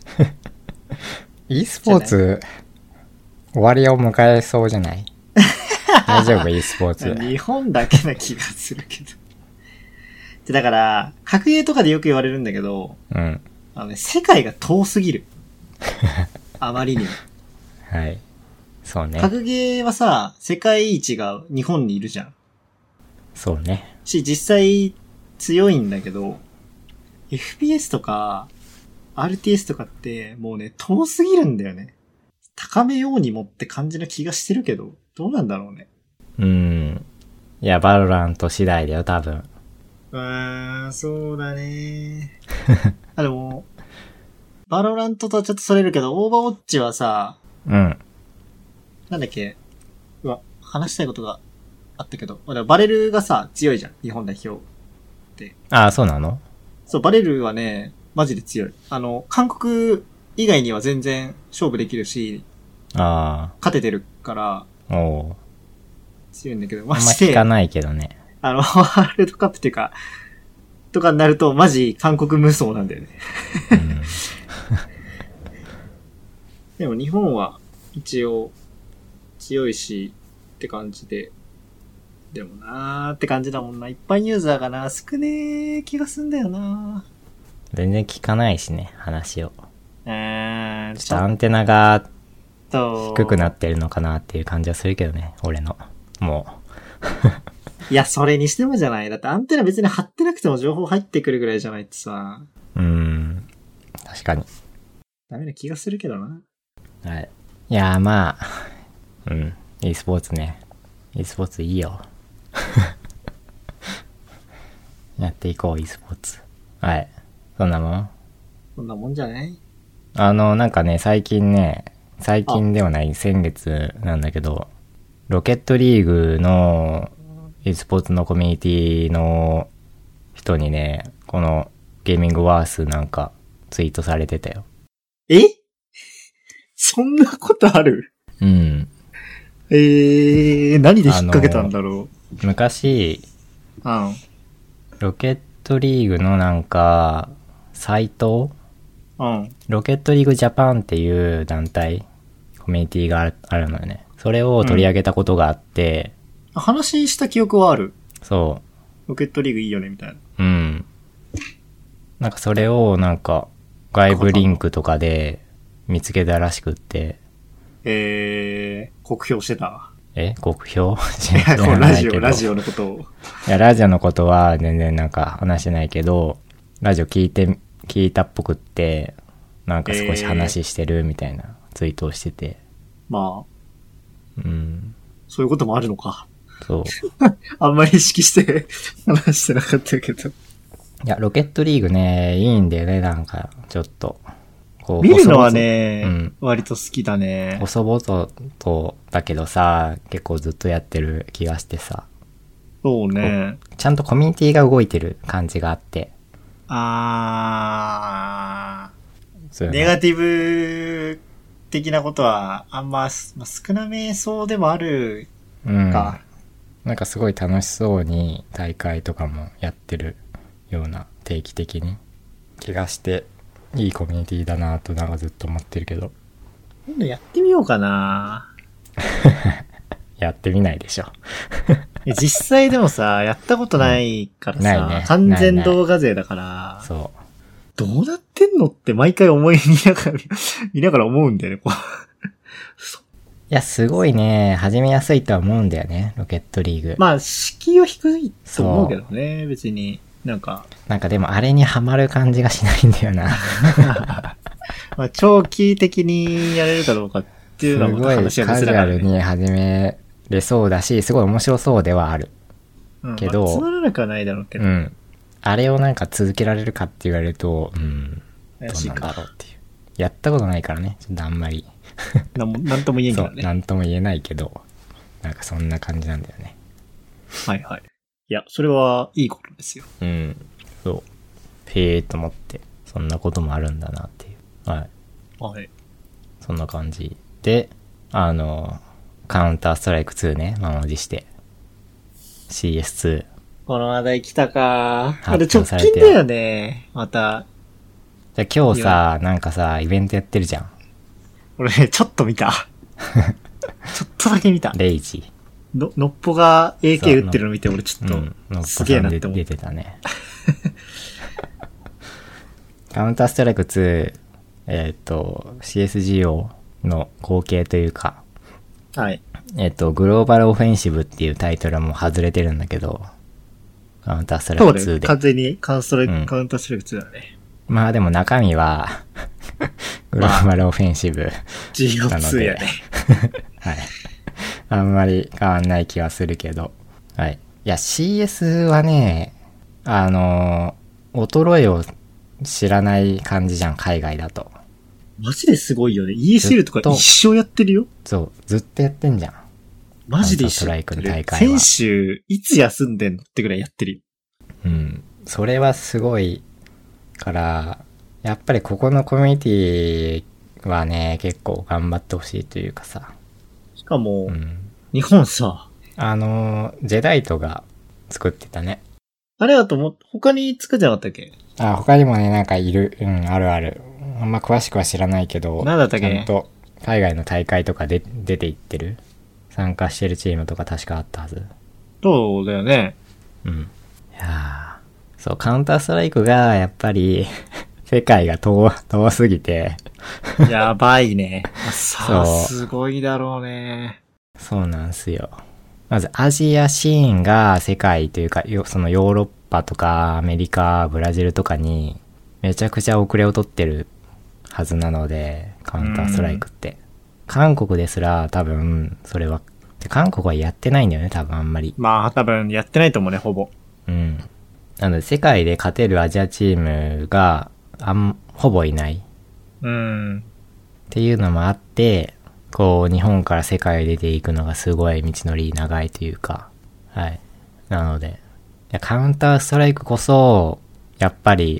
e スポーツ、終わりを迎えそうじゃない？大丈夫？ e スポーツ。 日本だけな気がするけど。だから、格ゲーとかでよく言われるんだけど、世界が遠すぎる。あまりにも。 はい。そうね。 格ゲーはさ、世界一が日本にいるじゃん。 そうね。 実際強いんだけど、FPS とか、RTS とかってもうね、遠すぎるんだよね。高めようにもって感じの気がしてるけど、どうなんだろうね。 いや、バロラント次第だよ、多分。 そうだね。でも、バロラントとはちょっとそれるけど、オーバーウォッチはさ、なんだっけ、話したいことがあったけど、バレルがさ、強いじゃん、日本代表って。 そうなの？ そう、バレルはね、マジで強い。韓国以外には全然勝負できるし、勝ててるから、強いんだけど、 マジで。あんま聞かないけどね。 ワールドカップっていうか、とかになると、マジ韓国無双なんだよね。でも日本は一応強いしって感じで、でもなーって感じだもんな。一般ユーザーがな、少ねー気がすんだよな。 全然聞かないしね、話を。ちょっとアンテナが低くなってるのかなっていう感じはするけどね、俺の。もう。いや、それにしてもじゃない。だってアンテナ別に張ってなくても情報入ってくるぐらいじゃないってさ。 確かに。 ダメな気がするけどな。 はい。いやーまあ、e スポーツね。e スポーツいいよ。やっていこう、e スポーツ。はい。そんなもんじゃない？ なんかね、最近ではない、先月なんだけど、ロケットリーグの e スポーツのコミュニティの人にね、このゲーミングワースなんかツイートされてたよ。 え？そんなことある？ うん。 何で引っ掛けたんだろう。昔、ロケットリーグのなんか、サイト？ロケットリーグジャパンっていう団体、コミュニティがあるのよね。それを取り上げたことがあって、 話した記憶はある。 そう。 ロケットリーグいいよね、みたいな。 うん。なんかそれをなんか、外部リンクとかで見つけたらしくって。 酷評してた。 酷評ラジオのことを。 いや、ラジオのことは全然なんか話してないけど、ラジオ聞いたっぽくって、なんか少し話してるみたいなツイートをしてて。 まあ。 うん。 そういうこともあるのか。 そう。 あんまり意識して話してなかったけど。 いや、ロケットリーグね、いいんだよね、なんか、ちょっと。 こう見るのはね、割と好きだね。 細々と、だけどさ、結構ずっとやってる気がしてさ。 そうね。 ちゃんとコミュニティが動いてる感じがあって。ネガティブ的なことはあんま、少なめそうでもあるか。 なんかすごい楽しそうに大会とかもやってるような定期的に気がしていいコミュニティだなとなんかずっと思ってるけど。 今度やってみようかな。 やってみないでしょ。 実際でもさ、やったことないからさ、ないね、完全動画勢だから、 そう。 どうなってんのって毎回見ながら思うんだよね、こう。 いや、すごいね、始めやすいとは思うんだよね、ロケットリーグ。 まあ、敷居は低いと思うけどね、別に。なんかでもあれにハマる感じがしないんだよな。 まあ、長期的にやれるかどうかっていうのも話がカジュアルに始めれそうだし、すごい面白そうではある。けど、 つまらなくはないだろうけど。 あれをなんか続けられるかって言われると、どうなんだろうっていう。やったことないからね、ちょっとあんまり。 なんとも言えんけどね。 そう、なんとも言えないけど、なんかそんな感じなんだよね。 はいはい。いや、それはいいことですよ。 そう。へーと思って、そんなこともあるんだなっていう。はい。 はい。 そんな感じ。で、カウンターストライク2ね、満を持して。CS2。 この話題来たか。あれ直近だよね。また。 じゃあ今日さ、なんかさ、イベントやってるじゃん。 俺ね、ちょっと見た。ちょっとだけ見た。 レイジ。 のっぽが AK 打ってるの見て、俺ちょっと、すげえなって思って。 出てたね。カウンターストライク2、CSGO の後継というか、 はい。 グローバルオフェンシブっていうタイトルはもう外れてるんだけど、カウンターストライク2で。 そうだよ。完全にカウンターストライク2だね。 まあでも中身は、グローバルオフェンシブなので。 GO2 やね。 はい。あんまり変わんない気はするけど。はい。いや、CS はね、衰えを知らない感じじゃん、海外だと。 マジですごいよね。ESL とか一生やってるよ。 そう、ずっとやってんじゃん。 マジで一生やってる。選手、いつ休んでんのってぐらいやってるよ。 それはすごいから、やっぱりここのコミュニティはね、結構頑張ってほしいというかさ。 しかも、日本さ、 ジェダイトが作ってたね。 あれだと他に作ってなかったっけ？ 他にもね、なんかいる。あるある。あんま詳しくは知らないけど、 なんだったっけ？ ちゃんと海外の大会とかで出ていってる。参加してるチームとか確かあったはず。 そうだよね。 いやー、そう、カウンターストライクが、やっぱり、世界が遠すぎて。 やばいね。さあ、すごいだろうね。 そうなんすよ。まず、アジアシーンが世界というか、そのヨーロッパとか、アメリカ、ブラジルとかに、めちゃくちゃ遅れを取ってるはずなので、カウンターストライクって。韓国ですら、多分、それは、韓国はやってないんだよね、多分あんまり。 まあ、多分やってないと思うね、ほぼ。 なので、世界で勝てるアジアチームが、ほぼいない。 うん。 っていうのもあって、こう、日本から世界へ出ていくのがすごい道のり長いというか、はい。なので、カウンターストライクこそ、やっぱり、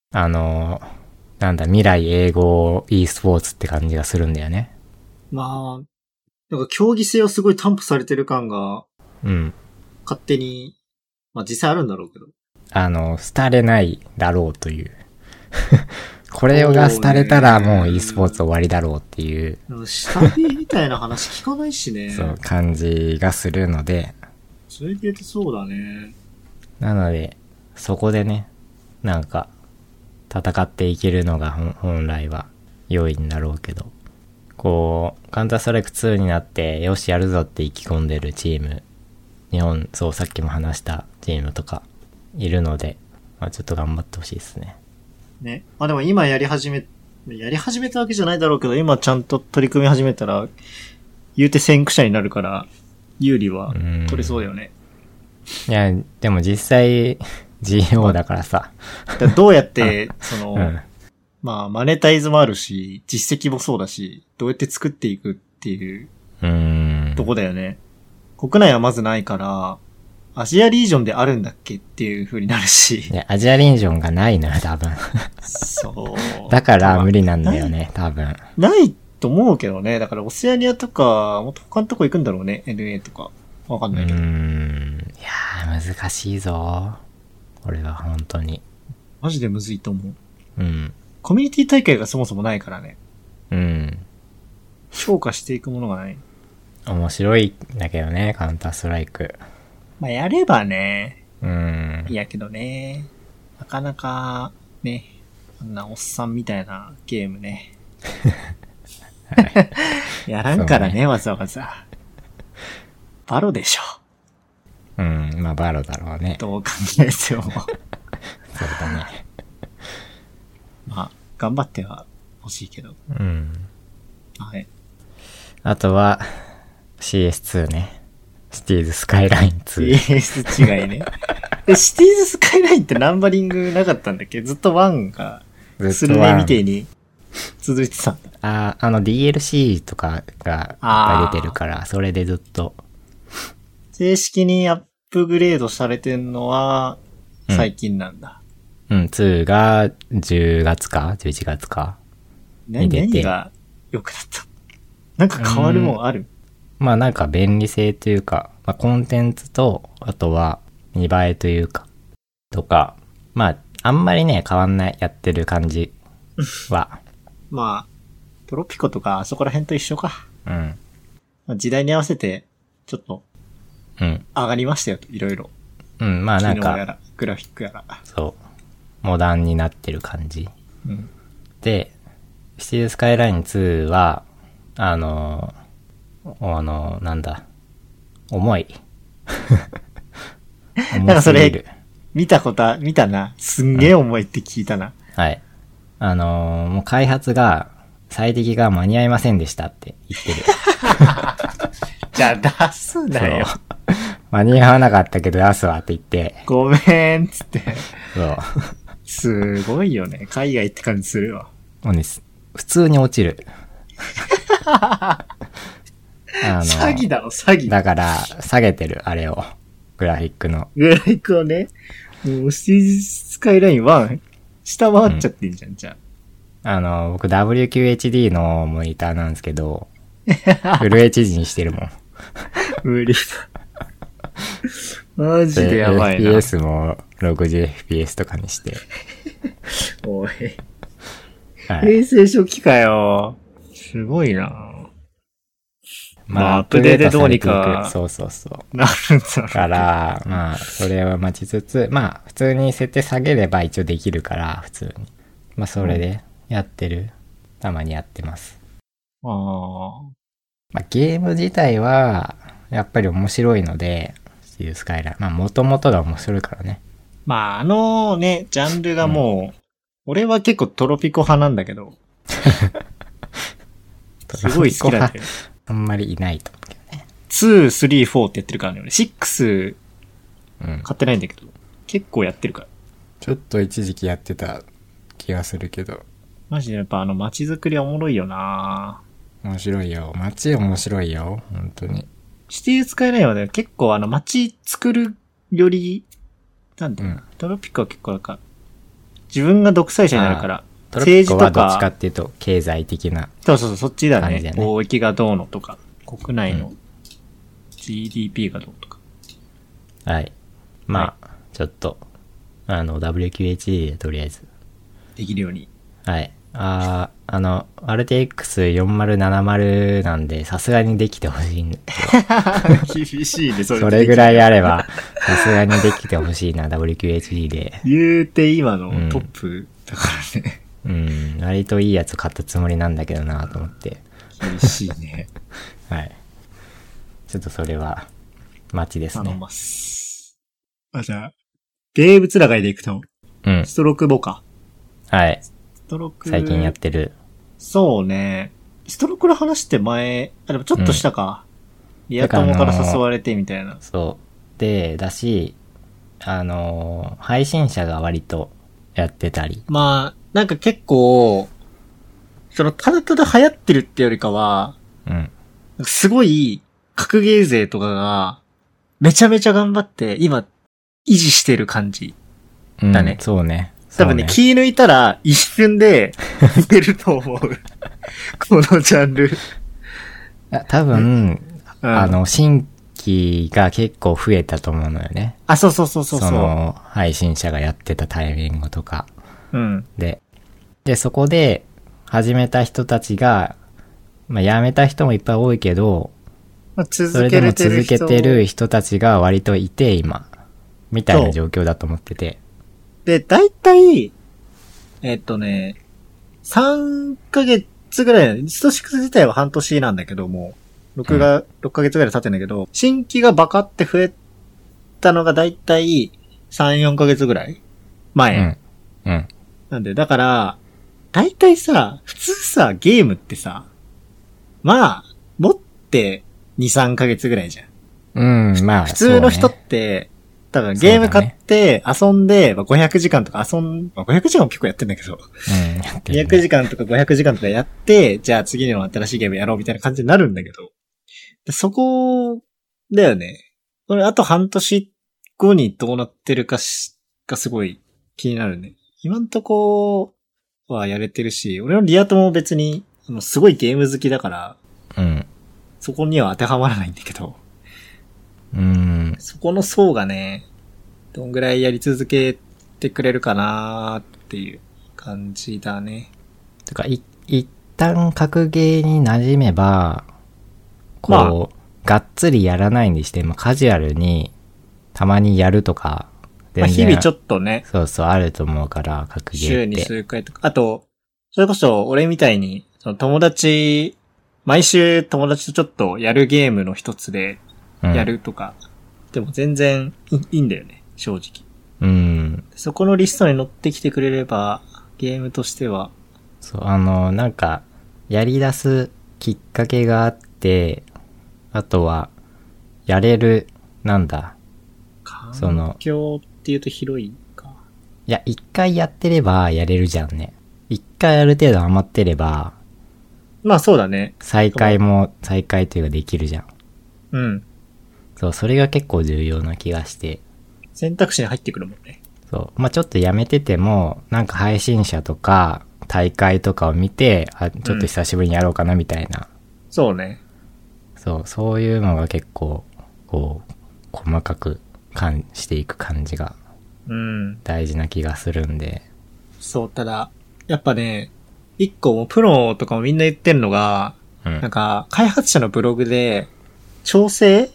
未来英語 e スポーツって感じがするんだよね。 まあ、なんか競技性はすごい担保されてる感が、 うん。 勝手に、まあ実際あるんだろうけど。 廃れないだろうという。これが廃れたらもう e スポーツ終わりだろうっていう。 下火みたいな話聞かないしね。 そう、感じがするので。 それで言うとそうだね。 なので、そこでね、なんか、戦っていけるのが本来は良いんだろうけど、こう、カウンターストライク2になって、よしやるぞって意気込んでるチーム、日本、そうさっきも話したチームとかいるので、まあちょっと頑張ってほしいですね。 ね。まあでも今やり始めたわけじゃないだろうけど、今ちゃんと取り組み始めたら、言うて先駆者になるから、有利は取れそうだよね。 いや、でも実際、GO だからさ。 どうやって、うん、まあ、マネタイズもあるし、実績もそうだし、どうやって作っていくっていう、とこだよね。国内はまずないから、アジアリージョンであるんだっけっていう風になるし。 いや、アジアリージョンがないのよ、多分。 そう。 だから無理なんだよね、多分。 ないと思うけどね。だからオセアニアとか、もっと他のとこ行くんだろうね。NA とか。わかんないけど。 いやー、難しいぞ。これは本当に。 マジでむずいと思う。うん。 コミュニティ大会がそもそもないからね。 うん。 評価していくものがない。 面白いんだけどね、カウンターストライク。 まあ、やればね。 うん。 いやけどね。なかなか、ね。あんなおっさんみたいなゲームね。はい、やらんからね、わざわざ。バロでしょ。 うん、まあバロだろうね。 どう考えても。そうだね。 まあ、頑張っては欲しいけど。 うん。 はい。 あとは、CS2 ね。シティーズスカイライン2。 CS 違いね。シティーズスカイラインってナンバリングなかったんだっけ？ずっと1が、スルメみてえに続いてたんだ。 DLC とかがいっぱい出てるから、それでずっと。 正式にアップグレードされてんのは、最近なんだ。 うん、2が10月か ?11 月か何が良くなった？なんか変わるもんある？ まあなんか便利性というか、まあ、コンテンツと、あとは見栄えというか、とか、まああんまりね変わんないやってる感じは。 まあ、トロピコとかあそこら辺と一緒か。 うん。 まあ、時代に合わせて、ちょっと、 うん。 上がりましたよ、いろいろ。 うん、まあなんか。 機能やら、グラフィックやら。 そう。モダンになってる感じ。 うん。 で、シティーズスカイライン2は、なんだ、重い。 なんかそれ、見たな。すんげえ重いって聞いたな。 はい。もう開発が、最適が間に合いませんでしたって言ってる。 じゃあ出すなよ。 間に合わなかったけど出すわって言って。 ごめんっつって。 そう。 すごいよね。海外って感じするわ。 もうね、普通に落ちる。 詐欺だろ、詐欺。 だから、下げてる、あれを。グラフィックの。 グラフィックをね。もう、シティーズスカイライン1、下回っちゃってんじゃん、じゃあ。僕 WQHD のモニターなんですけど、フル HD にしてるもん。 無理だ。マジでやばいな。 FPS も 60fps とかにして。 おい。はい、平成初期かよ。すごいな。まあ、アップデートでどうにか。 そうそうそう。 なるんだろう。 から、まあ、それは待ちつつ、まあ、普通に設定下げれば一応できるから、普通に。まあ、それでやってる。たまにやってます。 まあ、ゲーム自体は、やっぱり面白いので、シティーズスカイライン。まあ、元々が面白いからね。 まあ、ね、ジャンルがもう、俺は結構トロピコ派なんだけど。すごい好きだって。 あんまりいないと思うけどね。 2、3、4ってやってるからね。俺6、買ってないんだけど、結構やってるから。 ちょっと一時期やってた気がするけど、 マジでやっぱ街づくりおもろいよな。 面白いよ。街面白いよ。本当に。 シティ使えないよね。結構街作るより、なんだよ、トロピカは結構なんか、自分が独裁者になるから、 政治とか。どっちかっていうと、経済的な。 そう、そっちだね。貿易がどうのとか、国内の GDP がどうとか。 はい。まあ、ちょっと、WQHD でとりあえず。 できるように。 はい。RTX4070 なんで、さすがにできてほしいんだけど。厳しいね、 それぐらいあれば、さすがにできてほしいな、WQHD で。 言うて今のトップだからね。 割といいやつ買ったつもりなんだけどなと思って。 厳しいね。 はい。ちょっとそれは、待ちですね。 頼ます。じゃあ、ゲームつながりでいくと、ストロークボか。 はい。最近やってる。 そうね。ストロークの話って前、でもちょっとしたか。リア友から誘われてみたいな。 そう。で、だし、配信者が割とやってたり。 まあ、なんか結構、ただただ流行ってるってよりかは、すごい、格ゲー勢とかが、めちゃめちゃ頑張って、今、維持してる感じ。だね。 そうね。 多分ね、気抜いたら一瞬でいけると思う。このジャンル。 多分、新規が結構増えたと思うのよね。 そう。その、配信者がやってたタイミングとか。で、そこで、始めた人たちが、辞めた人もいっぱい多いけど、それでも続けてる人たちが割といて、今。みたいな状況だと思ってて。 で、だいたい、3ヶ月ぐらい、スト6自体は半年なんだけども、6ヶ月ぐらい経ってんだけど、新規がバカって増えたのがだいたい3、4ヶ月ぐらい前。なんで、だから、だいたいさ、普通さ、ゲームってさ、まあ、持って2、3ヶ月ぐらいじゃん。 まあ。 普通の人って、多分ゲーム買って遊んで、500時間とか500時間も結構やってんだけど、200時間とか500時間とかやって、じゃあ次の新しいゲームやろうみたいな感じになるんだけど、そこ、だよね。これあと半年後にどうなってるかがすごい気になるね。今んとこはやれてるし、俺のリア友も別に、すごいゲーム好きだから、そこには当てはまらないんだけど、そこの層がね、どんぐらいやり続けてくれるかなーっていう感じだね。 てか、一旦格ゲーに馴染めば、がっつりやらないにして、カジュアルにたまにやるとか、 日々ちょっとね。 そう、あると思うから、格ゲーって。 週に数回とか。あと、それこそ俺みたいに、毎週友達とちょっとやるゲームの一つで、やるとか、でも全然いいんだよね、正直。そこのリストに乗ってきてくれれば、ゲームとしては。 そう、なんか、やり出すきっかけがあって、あとは、やれる、環境っていうと広いか。 いや、一回やってればやれるじゃんね。一回ある程度ハマってれば、 まあそうだね。 再開というかできるじゃん。そう、それが結構重要な気がして。 選択肢に入ってくるもんね。 そう。ちょっとやめてても、なんか配信者とか、大会とかを見て、ちょっと久しぶりにやろうかなみたいな。 そうね。 そういうのが結構、細かくしていく感じが、大事な気がするんで。 そう、ただ、やっぱね、一個もプロとかもみんな言ってるのが、なんか、開発者のブログで、調整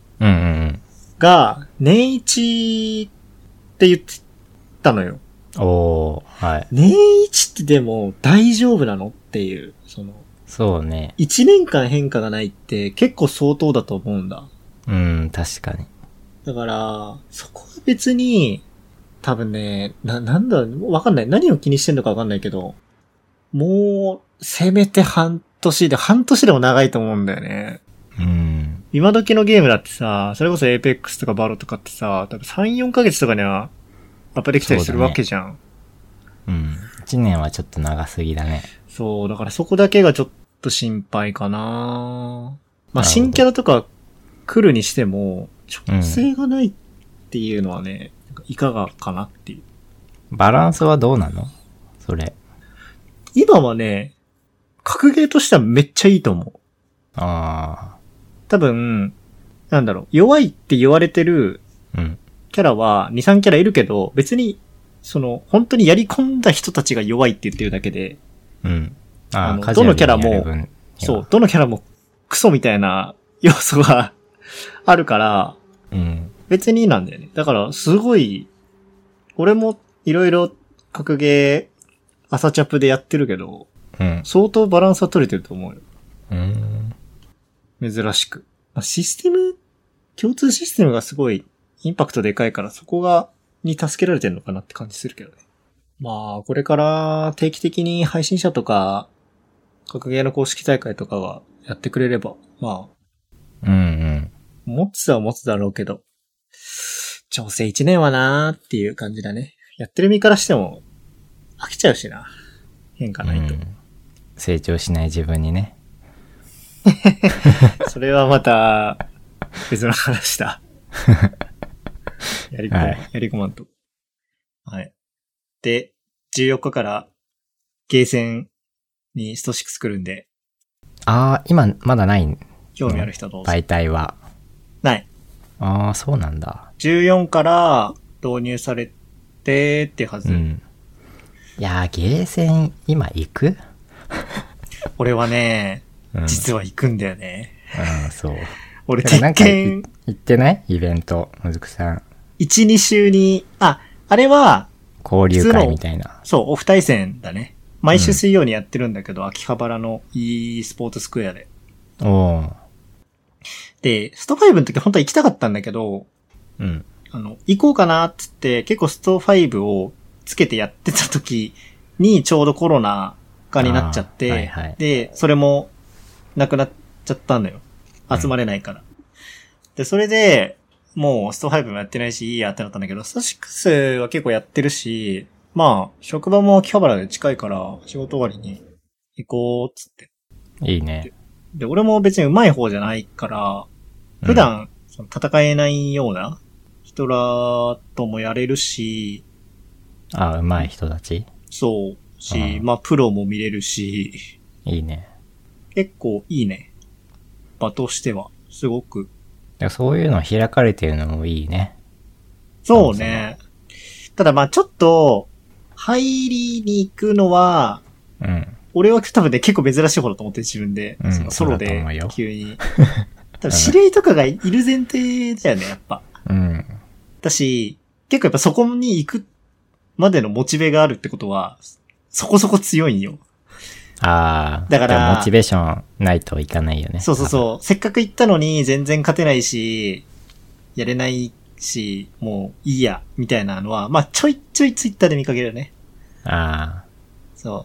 が、年一って言ってたのよ。 はい。 年一ってでも大丈夫なのっていう、 そうね。 1年間変化がないって結構相当だと思うんだ。 確かに。 だから、そこは別に、多分ね、なんだろう、わかんない。何を気にしてんのかわかんないけど、もう、せめて半年でも長いと思うんだよね。今時のゲームだってさ、それこそ Apex とか Valo とかってさ、多分3、4ヶ月とかにはアップできたりするわけじゃん。 1年はちょっと長すぎだね。 そう、だからそこだけがちょっと心配かな。まあ新キャラとか来るにしても、調整がないっていうのはね、いかがかなっていう。 バランスはどうなの？それ。 今はね、格ゲーとしてはめっちゃいいと思う。 ああ。 多分、なんだろう、弱いって言われてるキャラは2、3キャラいるけど、別に、本当にやり込んだ人たちが弱いって言ってるだけで、 うん。 どのキャラも、そう、どのキャラもクソみたいな要素があるから、 うん。 別になんだよね。だから、すごい、俺もいろいろ格ゲー、朝チャプでやってるけど、 うん、 相当バランスは取れてると思うよ。 珍しく。システム、共通システムがすごいインパクトでかいから、そこに助けられてるのかなって感じするけどね。まあ、これから定期的に配信者とか、格ゲーの公式大会とかがやってくれれば、まあ、 持つは持つだろうけど、調整1年はなーっていう感じだね。やってる身からしても、飽きちゃうしな。変化ないと。 成長しない自分にね。 それはまた、別の話だ。やり込まんと。はい。で、14日からゲーセンにスト6来るんで。 ああ、今まだないん？ 興味ある人どうぞ。 媒体は。 ない。 ああ、そうなんだ。 14から導入されてってはず。 いやー、ゲーセン今行く？ 俺はね、実は行くんだよね。 そう。 俺、鉄拳。 行ってないイベント、むずくさん。 1、2週に、あれは、 交流会みたいな。 そう、オフ対戦だね。毎週水曜にやってるんだけど、秋葉原の e スポーツスクエアで。で、スト5の時本当は行きたかったんだけど、行こうかなってって結構スト5をつけてやってた時にちょうどコロナ禍になっちゃって、で、それもなくなっちゃったんだよ。集まれないから。で、それで、もうスト5もやってないしいいやってなったんだけど、スト6は結構やってるし、まあ、職場も秋葉原で近いから仕事終わりに行こうっつって。 いいね。 で、俺も別に上手い方じゃないから、普段戦えないような人らともやれるし、 上手い人たち？ そうし、まあプロも見れるし、 いいね。 結構いいね。場としては、すごく。 そういうの開かれてるのもいいね。 そうね。ただまあちょっと、入りに行くのは、俺は多分ね、結構珍しい方だと思って自分で、ソロで急に。多分指令とかがいる前提だよね、やっぱ。だし、結構やっぱそこに行くまでのモチベがあるってことは、そこそこ強いんよ。 だからモチベーションないといかないよね。 そう。せっかく行ったのに全然勝てないし、やれないし、もういいや、みたいなのは、まあちょいちょいツイッターで見かけるよね。そう。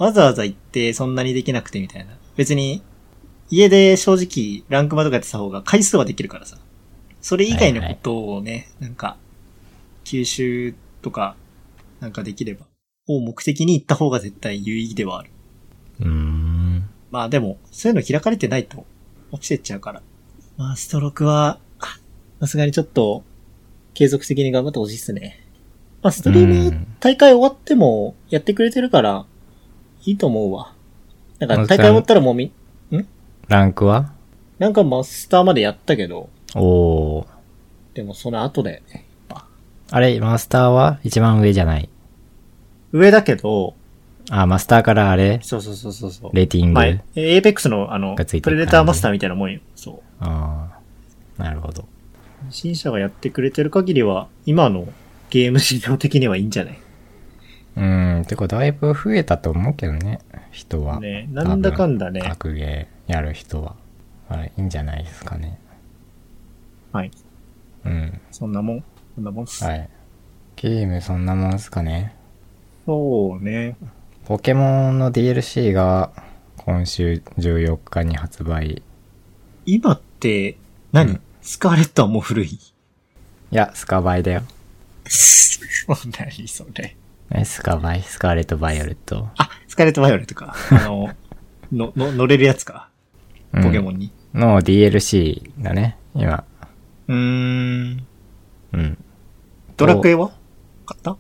わざわざ行ってそんなにできなくてみたいな。別に、家で正直ランクマとかやってた方が回数はできるからさ。それ以外のことをね、なんか、吸収とか、なんかできれば、を目的に行った方が絶対有意義ではある。まあでも、そういうの開かれてないと落ちてっちゃうから。まあスト6は、さすがにちょっと、継続的に頑張ってほしいっすね。まあストリーム大会終わってもやってくれてるから、いいと思うわ。なんか大会終わったらもうランクは？ なんかマスターまでやったけど。 おー。 でもその後だよね。 あれ、マスターは一番上じゃない？ 上だけど、 マスターからあれ？ そう。 レーティング。 エーペックスのプレデターマスターみたいなもんよ。そう。 なるほど。 新社がやってくれてる限りは、今のゲーム市場的にはいいんじゃない？ てかだいぶ増えたと思うけどね、人は。 ね、なんだかんだね。 格ゲーやる人は。いいんじゃないですかね。 はい。そんなもんっす。 はい。ゲームそんなもんっすかね。 そうね。 ポケモンの DLC が今週14日に発売。 今って何、スカーレットはもう古い？ いや、スカバイだよ。 何それ。 スカーレット・バイオレット。 あ、スカーレット・バイオレットか。乗れるやつか。ポケモンに。 の DLC がね、今。 うん。ドラクエは買った？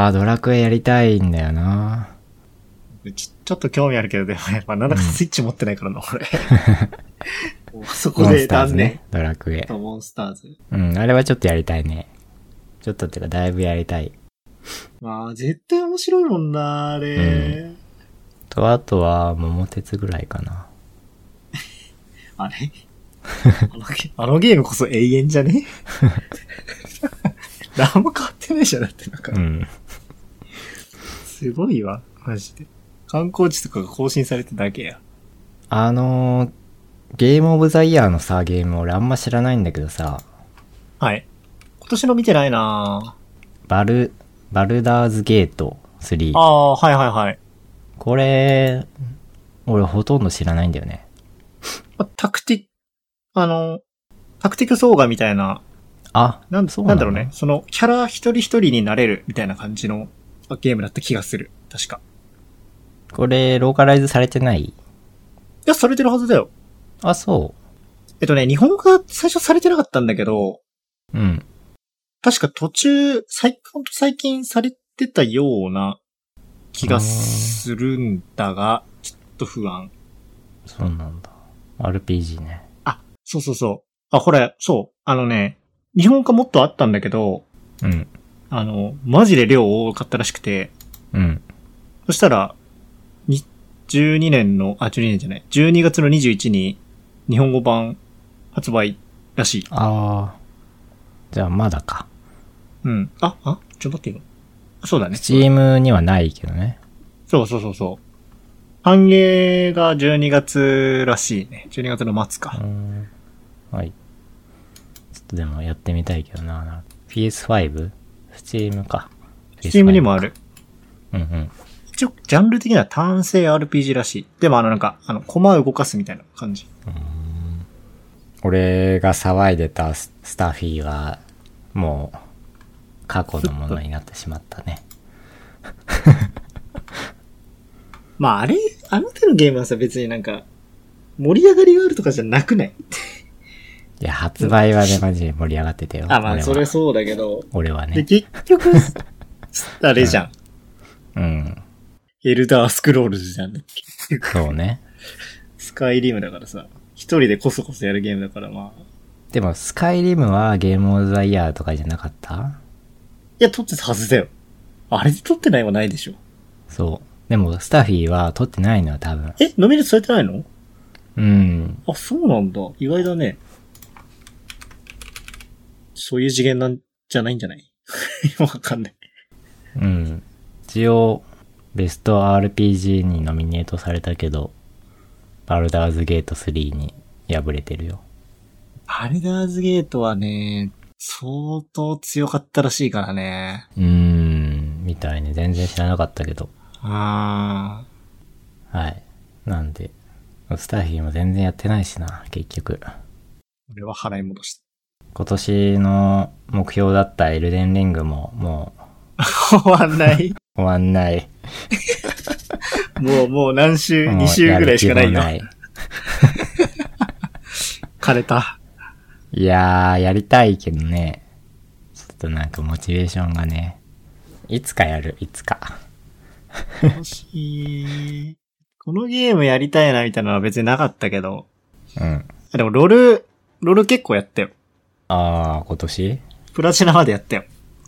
ドラクエやりたいんだよな。 ちょっと興味あるけど、でもやっぱなんだかスイッチ持ってないからな、俺。そこで断念。 ドラクエ。 モンスターズ。 あれはちょっとやりたいね。ちょっとっていうかだいぶやりたい。 まあ、絶対面白いもんな、あれ。 あとは、桃鉄ぐらいかな。 あれあのゲームこそ永遠じゃね何も変わってないじゃん、だってなんか。すごいわ、マジで。観光地とかが更新されてだけや。 ゲームオブザイヤーのさ、ゲーム俺あんま知らないんだけどさ。 はい。今年の見てないなバルダーズゲート3。 はいはいはい。 これ、俺ほとんど知らないんだよね。 タクティック総画みたいな。なんだろうね。その、キャラ一人一人になれるみたいな感じのゲームだった気がする。確か。 これ、ローカライズされてない？いや、されてるはずだよ。 そう。 日本語が最初されてなかったんだけど、確か途中、ほんと最近されてたような気がするんだが、ちょっと不安。 そうなんだ。RPG ね。 そうそうそう。これ、そう。日本語もっとあったんだけど、マジで量多かったらしくて、そしたら、12年じゃない。12月の21に日本語版発売らしい。 じゃあまだか。 ちょっと待ってよ。そうだね。 スチームにはないけどね。 そう。半芸が12月らしいね。12月の末か。 はい。ちょっとでもやってみたいけどな。PS5？ スチームか。 スチームにもある。 うん一応、ジャンル的には単性 RPG らしい。でもコマ動かすみたいな感じ。 俺が騒いでたスタフィーは、もう、過去のものになってしまったね。 まあ、あの手のゲームはさ、別に盛り上がりがあるとかじゃなくない？ いや、発売はね、マジで盛り上がってたよ。 まあ、それそうだけど。 俺はね。 で、結局、あれじゃん。エルダースクロールズじゃんね。 そうね。 スカイリムだからさ、一人でコソコソやるゲームだからまあ。 でも、スカイリムはゲームオブザイヤーとかじゃなかった？ いや、撮ってたはずだよ。あれで撮ってないはないでしょ。 そう。でも、スタフィーは撮ってないのよ、多分。 ノミネートされてないの？そうなんだ。意外だね。そういう次元なんじゃないんじゃない？わかんない。 一応、ベスト RPG にノミネートされたけど、バルダーズゲート3に敗れてるよ。 バルダーズゲートはね、相当強かったらしいからね。 みたいね。全然知らなかったけど。はい。なんで、スターフィーも全然やってないしな、結局。 俺は払い戻した。 今年の目標だったエルデンリングも、もう。終わんない。 終わんない。 もう何週、2週ぐらいしかないよ。ない。枯れた。 いやー、やりたいけどね。ちょっとモチベーションがね。いつかやる、いつか。 楽しい。このゲームやりたいなみたいなのは別になかったけど。でもロール結構やったよ。 今年？ プラチナまでやったよ。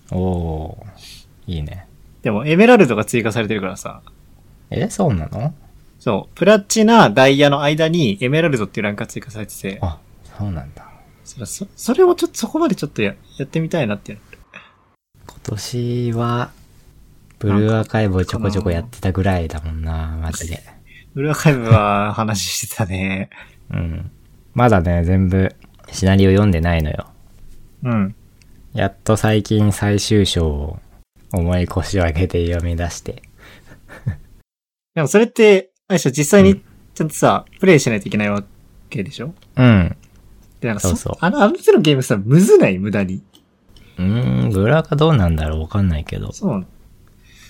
いいね。 でもエメラルドが追加されてるからさ。 そうなの？ そう。プラチナ、ダイヤの間にエメラルドっていうランクが追加されてて。 そうなんだ。 それをちょっとそこまでちょっとやってみたいなっていう。 今年は、ブルーアーカイブをちょこちょこやってたぐらいだもんな、マジで。 ブルーアーカイブは話してたね。 まだね、全部、シナリオ読んでないのよ。やっと最近最終章を重い腰を上げて読み出して。 でもそれって、実際にちゃんとさ、プレイしないといけないわけでしょ？で、そう。あの手のゲームさ、むずない？無駄に。 ブラがどうなんだろうわかんないけど。 そうなの。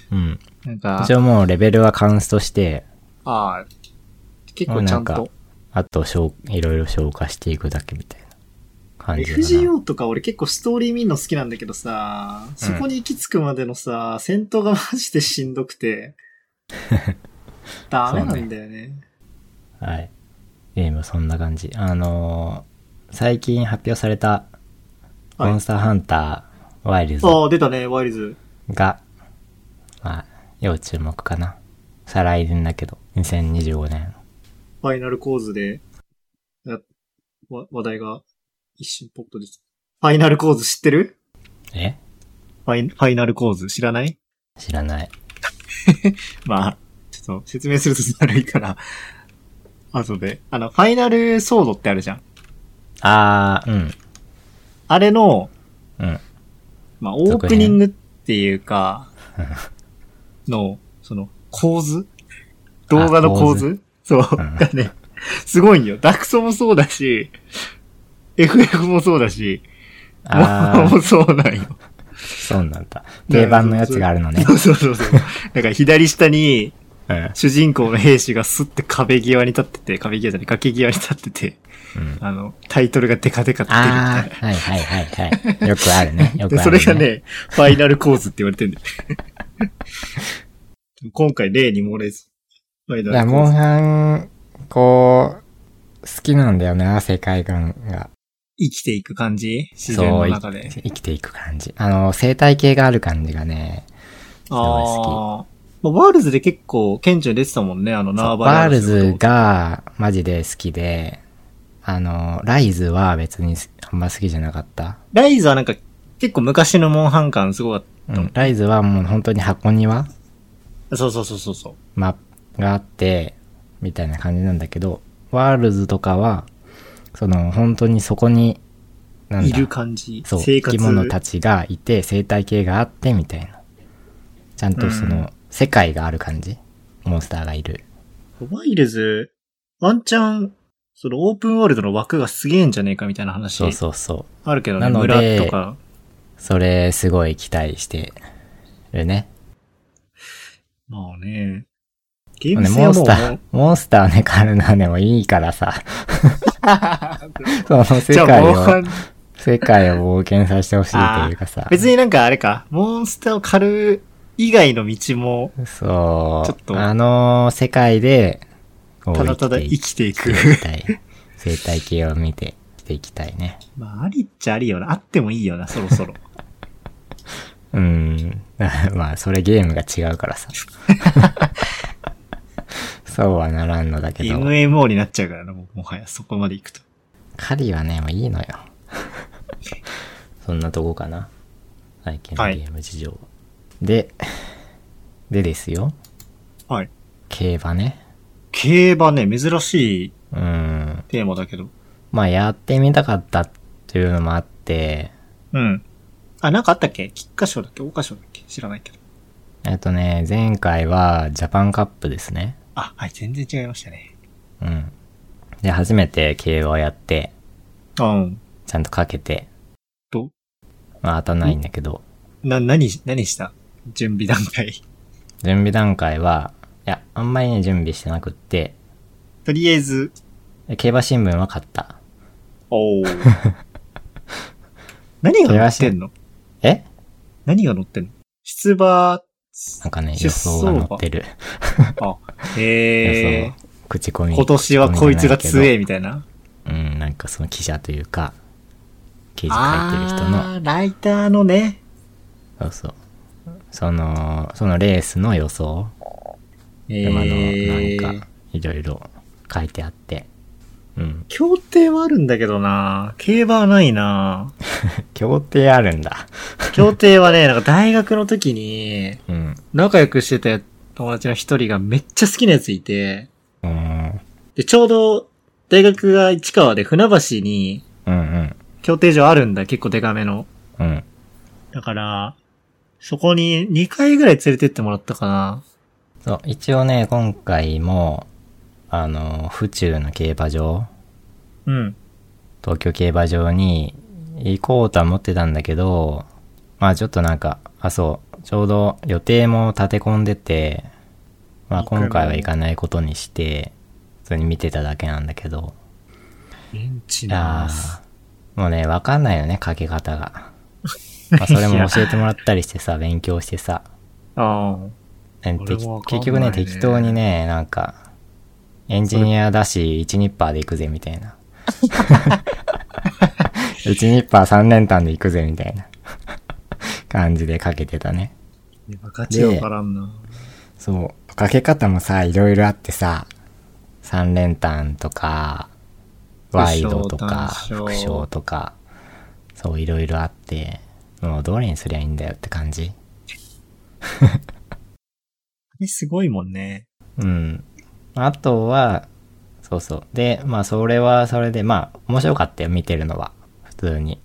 うん。なんか。一応もうレベルはカウントして、 ああ、結構ちゃんと。 あと、いろいろ消化していくだけみたいな感じだな。 FGO とか俺結構ストーリー見るの好きなんだけどさ、そこに行き着くまでのさ、戦闘がマジでしんどくて、ダメなんだよね。 はい。ゲームそんな感じ。最近発表された、モンスターハンター、ワイルズ。 ああ、出たね、ワイルズ。 が、まあ、要注目かな。再来年だけど、2025年。 ファイナルコーズで、話題が一瞬ポッと出て。ファイナルコーズ知ってる？ ファイナルコーズ知らない？ 知らない。 まあ、ちょっと説明すると悪いから、後で。ファイナルソードってあるじゃん。 うん。 あれの、 うん。 まあ、オープニングっていうか、の、その、構図？動画の構図？そう、がね、すごいよ。ダクソもそうだし、FF もそうだし、もうそうなんよ。 そうなんだ。定番のやつがあるのね。 そう。だから左下に、主人公の兵士がスッて壁際に立ってて、崖際に立ってて、タイトルがデカデカって出るみたいな。 はい。よくあるね。 で、それがね、ファイナルコーズって言われてんだよ。今回例に漏れず。 モンハン、好きなんだよね、世界観が。 生きていく感じ？自然の中で。 生きていく感じ。生態系がある感じがね、すごい好き。ワールズで結構顕著に出てたもんね、ナーバワールズがマジで好きで、ライズは別にあんま好きじゃなかった。 ライズはなんか結構昔のモンハン感すごかった。 ライズはもう本当に箱庭？ そう。 マップがあって、みたいな感じなんだけど、ワールズとかは、本当にそこに、 いる感じ。 そう、生き物たちがいて、生態系があって、みたいな。ちゃんと世界がある感じ。モンスターがいる。 ワイルズ、ワンチャン、オープンワールドの枠がすげえんじゃねえかみたいな話。 そう。 あるけどね、 なので村とか。 それ、すごい期待してるね。 まあね。ゲーム性はモンスターね、狩るのはね、もういいからさ。その世界を冒険させてほしいというかさ。 別になんかあれか、モンスターを狩る以外の道も。 そう。 ちょっと。 世界で、 ただただ生きていく。 生態系を見てしていきたいね。 まあ、ありっちゃありよな。あってもいいよな、そろそろ。 まあ、それゲームが違うからさ。そうはならんのだけど。 MMO になっちゃうからな、もはやそこまで行くと。 狩りはね、もういいのよ。そんなとこかな。最近のゲーム事情。はい、でですよ。 はい。 競馬ね。 珍しいテーマだけど。 まあ、やってみたかったっていうのもあって、 うん。なんかあったっけ？菊花賞だっけ？桜花賞だっけ？知らないけど。 前回はジャパンカップですね。 はい、全然違いましたね。 うん。で、初めて競馬をやって、ちゃんとかけて、まあ当たんないんだけど。 何した準備段階。 準備段階は、あんまりね、準備してなくって、 とりあえず、 競馬新聞は買った。 おー。何が載ってんの？何が載ってんの？出馬、 なんかね、予想が載ってる。 予想。 口コミ。 今年はこいつが強えみたいな。 なんかその記者というか、記事書いてる人の。 ライターのね。 そう。そのレースの予想。馬のなんか、いろいろ書いてあって。 協定はあるんだけどな。競馬はないな。 協定あるんだ。 協定はね、なんか大学の時に、仲良くしてた友達の一人がめっちゃ好きなやついて、で、ちょうど大学が市川で船橋に、協定所あるんだ、結構デカめの。だから、そこに2回ぐらい連れてってもらったかな。 そう、一応ね、今回も、府中の競馬場、東京競馬場に行こうとは思ってたんだけど、まあちょっとなんか、ちょちょうど予定も立て込んでて、まあ今回は行かないことにして、普通に見てただけなんだけど。 現地なー。もうね、わかんないよね、かけ方が。まあそれも教えてもらったりしてさ、勉強してさ。 ああ。 結局ね、適当にね、なんか、エンジニアだし、1ニッパーで行くぜ、みたいな。1ニッパー3連単で行くぜ、みたいな感じでかけてたね。 ガチわからんな。 そう。かけ方もさ、いろいろあってさ、3連単とか、ワイドとか、副賞とか、そう、いろいろあって、もうどれにすりゃいいんだよって感じ。 すごいもんね。 うん。あとは、そうそう。で、まあそれはそれで、まあ面白かったよ、見てるのは。普通に。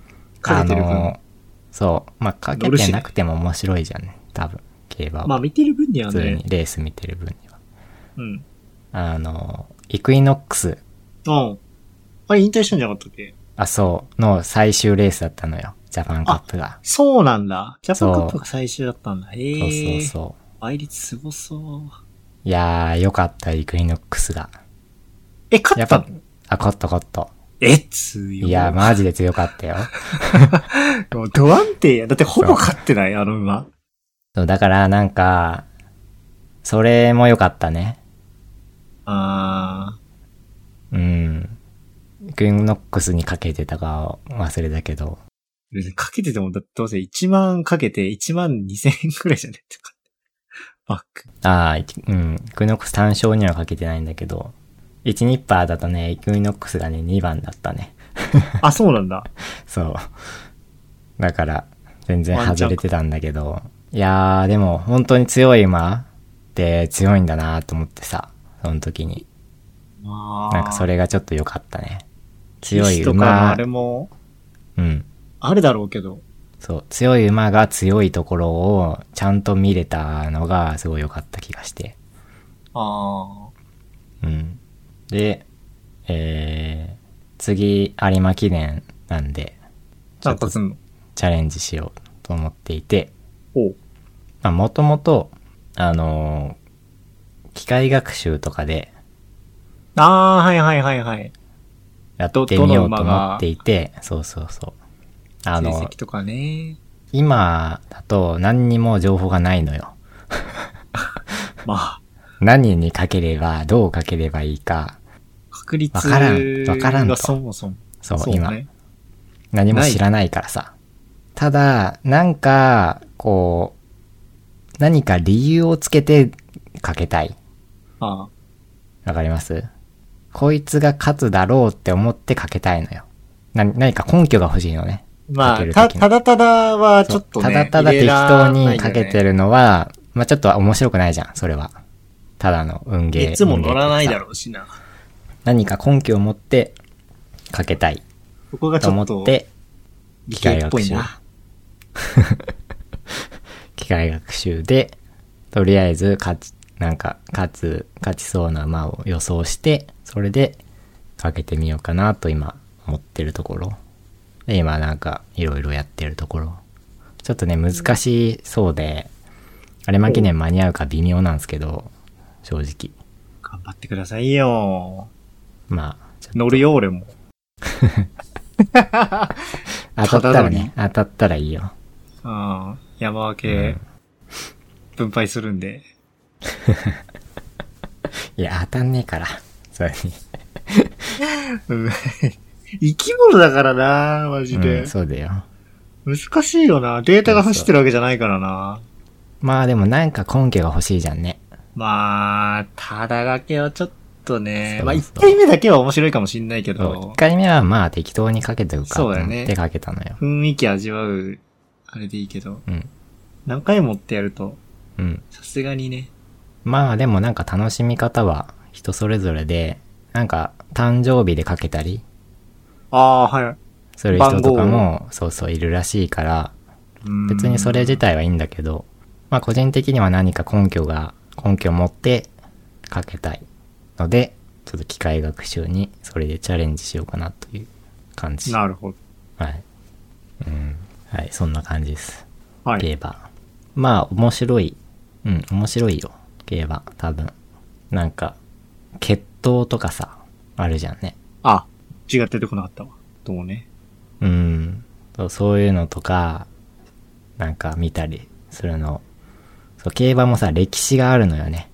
そう。まあかけてなくても面白いじゃんね。多分、競馬は。 まあ見てる分にはね。 普通に、レース見てる分には。 うん。 イクイノックス。 うん。あれ引退したんじゃなかったっけ？ あ、そう。の最終レースだったのよ。ジャパンカップが。 そうなんだ。ジャパンカップが最終だったんだ。 そうそう。 倍率すごそう。 いやー、よかった、イクイノックスが。 勝ったの？ 勝った。 強い。 いや、マジで強かったよ。 もうド安定や。だってほぼ勝ってない、あの馬。 そう、だからなんか、それも良かったね。うん。イクイノックスにかけてたか忘れたけど。 かけてても、だってどうせ1万かけて1万2000円くらいじゃねってか。バック。 うん。イクイノックス単勝にはかけてないんだけど、1ニッパーだとね、イクイノックスがね、2番だったね。 あ、そうなんだ。 そう。だから、全然外れてたんだけど、いやー、でも本当に強い馬って強いんだなと思ってさ、その時に。なんかそれがちょっと良かったね。強い馬。 あれも、 うん。 あるだろうけど。 そう、強い馬が強いところをちゃんと見れたのがすごい良かった気がして。うん。で、次、有馬記念なんで、ちょっとチャレンジしようと思っていて、まあ、もともと、機械学習とかで、 はい。 やってみようと思っていて、そう。成績とかね。 今だと何にも情報がないのよ。 まあ。 何にかければ、どうかければいいか。 確率わからんと。 そもそも。 そう、今。何も知らないからさ。ただ、なんか、こう、何か理由をつけてかけたい。わかります？こいつが勝つだろうって思ってかけたいのよ。何か根拠が欲しいのね。 まあ、ただただはちょっとね。 ただただ適当にかけてるのは、まあちょっと面白くないじゃん、それは。ただの運ゲー。 いつも乗らないだろうしな。 何か根拠を持ってかけたい。 ここがちょっと。と思って、 機械学習。機械学習で、とりあえず勝ちそうな馬を予想して、それでかけてみようかなと今思ってるところ。で、今なんかいろいろやってるところ。ちょっとね、難しそうで、有馬記念間に合うか微妙なんですけど、正直。 頑張ってくださいよ。 まあ。 乗るよ、俺も。 当たったらいいよ。 山分け、分配するんで。 いや、当たんねえから、それに。 生き物だからな、マジで。 そうだよ。 難しいよな。データが走ってるわけじゃないからな。 まあでもなんか根拠が欲しいじゃんね。 まあ、ただだけはちょっとね。まあ1回目だけは面白いかもしんないけど。 1回目はまあ適当にかけておくかと思ってかけたのよ。 雰囲気味わう、あれでいいけど。何回もってやると。さすがにね。 まあでもなんか楽しみ方は人それぞれで、なんか誕生日でかけたり。 はい。 する人とかも、そういるらしいから、別にそれ自体はいいんだけど、まあ個人的には何か根拠を持ってかけたいので、ちょっと機械学習にそれでチャレンジしようかなという感じ。 なるほど。 はい。はい、そんな感じです。 はい。 競馬。 まあ面白い。面白いよ。競馬、多分。なんか、決闘とかさ、あるじゃんね。 あ、違っててこなかったわ。どうね。 そういうのとか、なんか見たりするの。そう、競馬もさ、歴史があるのよね。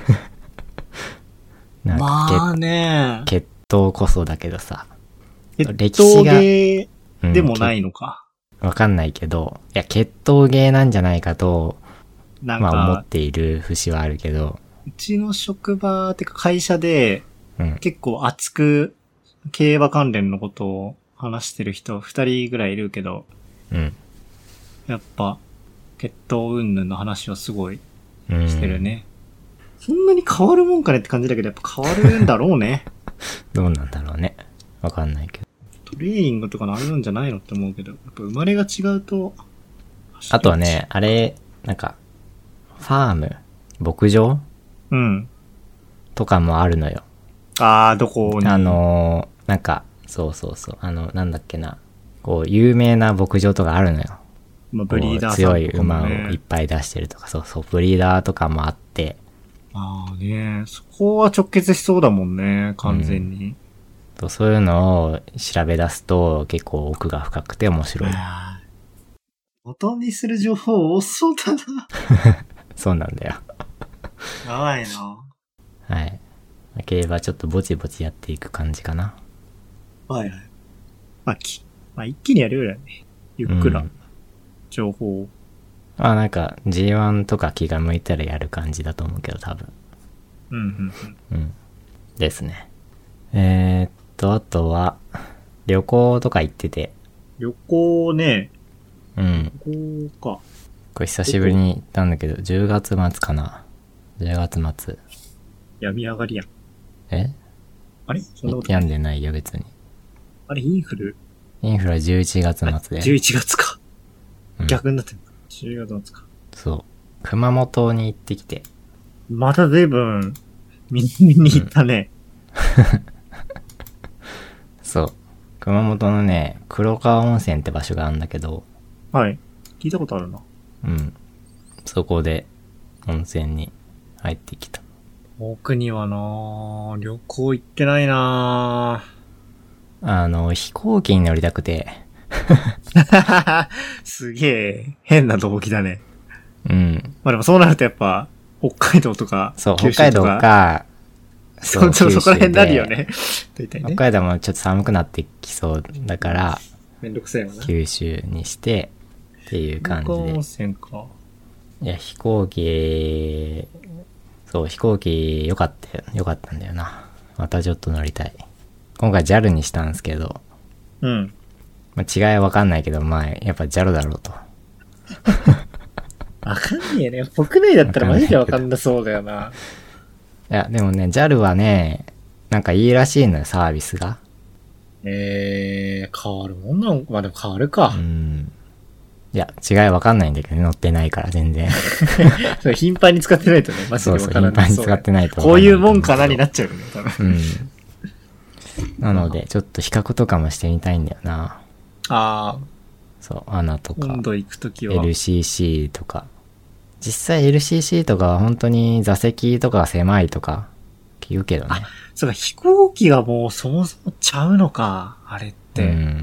なんかまあね。 決闘こそだけどさ。 歴史が。決闘ゲーでもないのか。 わかんないけど、いや、決闘ゲーなんじゃないかと、まあ思っている節はあるけど。 うちの職場ってか会社で、結構熱く競馬関連のことを話してる人2人ぐらいいるけど、やっぱ決闘云々の話をすごいしてるね。そんなに変わるもんかねって感じだけど、やっぱ変わるんだろうね。 どうなんだろうね。わかんないけど。 トレーニングとかのあれなんじゃないのって思うけど、やっぱ生まれが違うと。 あとはね、あれ、なんか、ファーム牧場とかもあるのよ。 どこになんか、そう。なんだっけな。こう、有名な牧場とかあるのよ。 まあ、ブリーダーさんとか、ね、強い馬をいっぱい出してるとか、ブリーダーとかもあって。 そこは直結しそうだもんね、完全に。 そういうのを調べ出すと結構奥が深くて面白い。 元にする情報多そうだな。 そうなんだよ。 やばいな。 はい。競馬ちょっとぼちぼちやっていく感じかな。 はい。まあ、一気にやるよね。ゆっくら。情報を。 なんか G1 とか気が向いたらやる感じだと思うけど、多分。ですね。あとは、旅行とか行ってて。 旅行ね。 旅行か。 これ久しぶりに行ったんだけど、10月末かな。10月末。 病み上がりやん。あれそんなこと病んでないよ、別に。 あれ、インフルは11月末で。 11月か。逆になってる。10月末か。 そう。熊本に行ってきて。 また随分、見に行ったね。 そう。熊本のね、黒川温泉って場所があるんだけど。 はい。聞いたことあるな。 そこで温泉に入ってきた。 僕にはな旅行行ってないな飛行機に乗りたくて。 すげえ変な動機だね。 まあでもそうなるとやっぱ、北海道とか、 そう、北海道か、 そこら辺になるよね。 北海道もちょっと寒くなってきそうだから、 めんどくさいわな。 九州にして、っていう感じで。 温泉か。 いや、飛行機良かったんだよな。またちょっと乗りたい。今回 JAL にしたんですけど。まあ、違いはわかんないけど、まあ、やっぱ JAL だろうと。 わかんねえね。国内だったらマジでわかんなそうだよな。 いや、でもね、JAL はね、なんかいいらしいのよ、サービスが。 変わるもんなの？まあでも変わるか。 いや、違いわかんないんだけど、乗ってないから全然。 それ頻繁に使ってないとね、マジでわからない。 頻繁に使ってないと。 こういうもんかなになっちゃうよね、多分。 なので、ちょっと比較とかもしてみたいんだよな。そう、アナとか。 今度行くときは。 LCC とか。実際 LCC とかは本当に座席とか狭いとか聞くけどね。 そうか、飛行機がもうそもそもちゃうのか、あれって。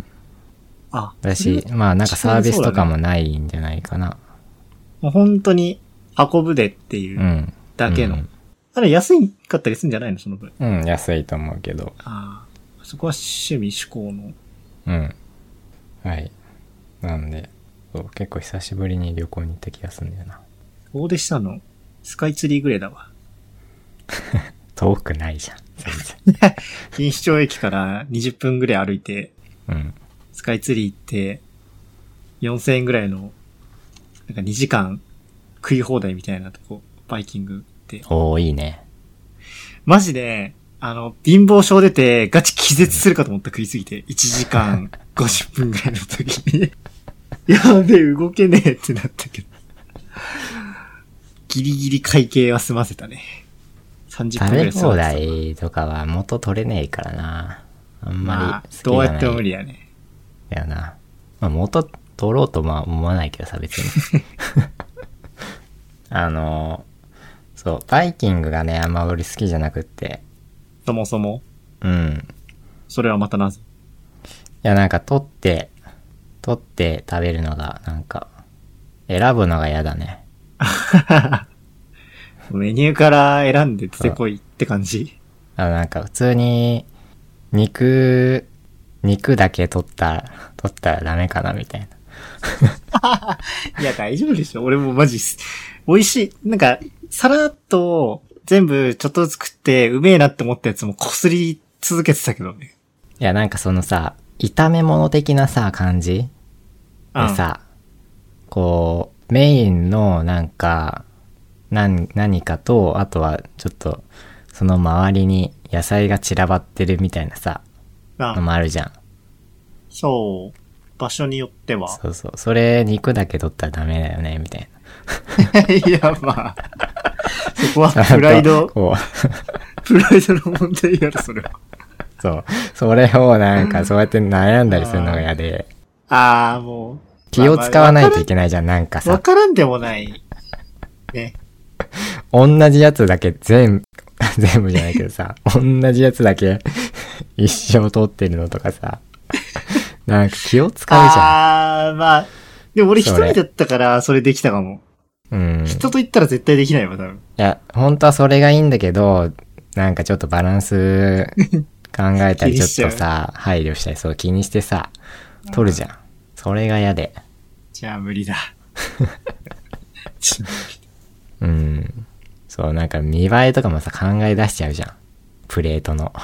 だし、まあなんかサービスとかもないんじゃないかな。 もう本当に運ぶでっていうだけの。あれ安いかったりするんじゃないのその分。 安いと思うけど。 そこは趣味嗜好の。 はい。なんで、結構久しぶりに旅行に行った気がするんだよな。 大出したの、スカイツリーぐらいだわ。 遠くないじゃん、全然。錦糸町駅から20分ぐらい歩いて、スカイツリー行って、4000円ぐらいの、なんか2時間食い放題みたいなとこ、バイキングって。 いいね。 マジで、貧乏症出てガチ気絶するかと思った食いすぎて、1時間50分ぐらいの時に。やべえ、動けねえってなったけど。ギリギリ会計は済ませたね。30分ぐらい済ませた。 食べ放題とかは元取れねえからな。あんまり好きじゃない。 どうやっても無理やね。 だよな。まあ元取ろうとは思わないけどさ、別に。 そう、バイキングがね、あんま俺好きじゃなくって。 そもそも？ うん。 それはまたなぜ？ いや、なんか取って食べるのが、なんか、選ぶのが嫌だね。 メニューから選んで出てこいって感じ？ なんか普通に、肉だけ取ったらダメかなみたいな。 いや、大丈夫でしょ。俺もマジ、美味しい。なんか、さらっと全部ちょっとずつ食って、うめえなって思ったやつもこすり続けてたけどね。 いや、なんかそのさ、炒め物的なさ、感じでさ、こう、メインのなんか、何かと、あとはちょっと、その周りに野菜が散らばってるみたいなさ、のもあるじゃん。 そう。場所によっては。 そうそう。それ肉だけ取ったらダメだよね、みたいな。いや、まあ。そこはプライド。プライドの問題やろ、それは。 そう。それをなんかそうやって悩んだりするのが嫌で。 もう。 気を使わないといけないじゃん、なんかさ。 わからんでもない。ね。 同じやつだけ全部じゃないけどさ、同じやつだけ一生取ってるのとかさ。なんか気を使うじゃん。 まあ。でも俺一人だったからそれできたかも。 うん。 人と言ったら絶対できないわ、多分。 いや、本当はそれがいいんだけど、なんかちょっとバランス考えたりちょっとさ、配慮したりそう気にしてさ、取るじゃん。それが嫌で。 じゃあ無理だ。 うん。そう、なんか見栄えとかもさ考え出しちゃうじゃん。プレートの。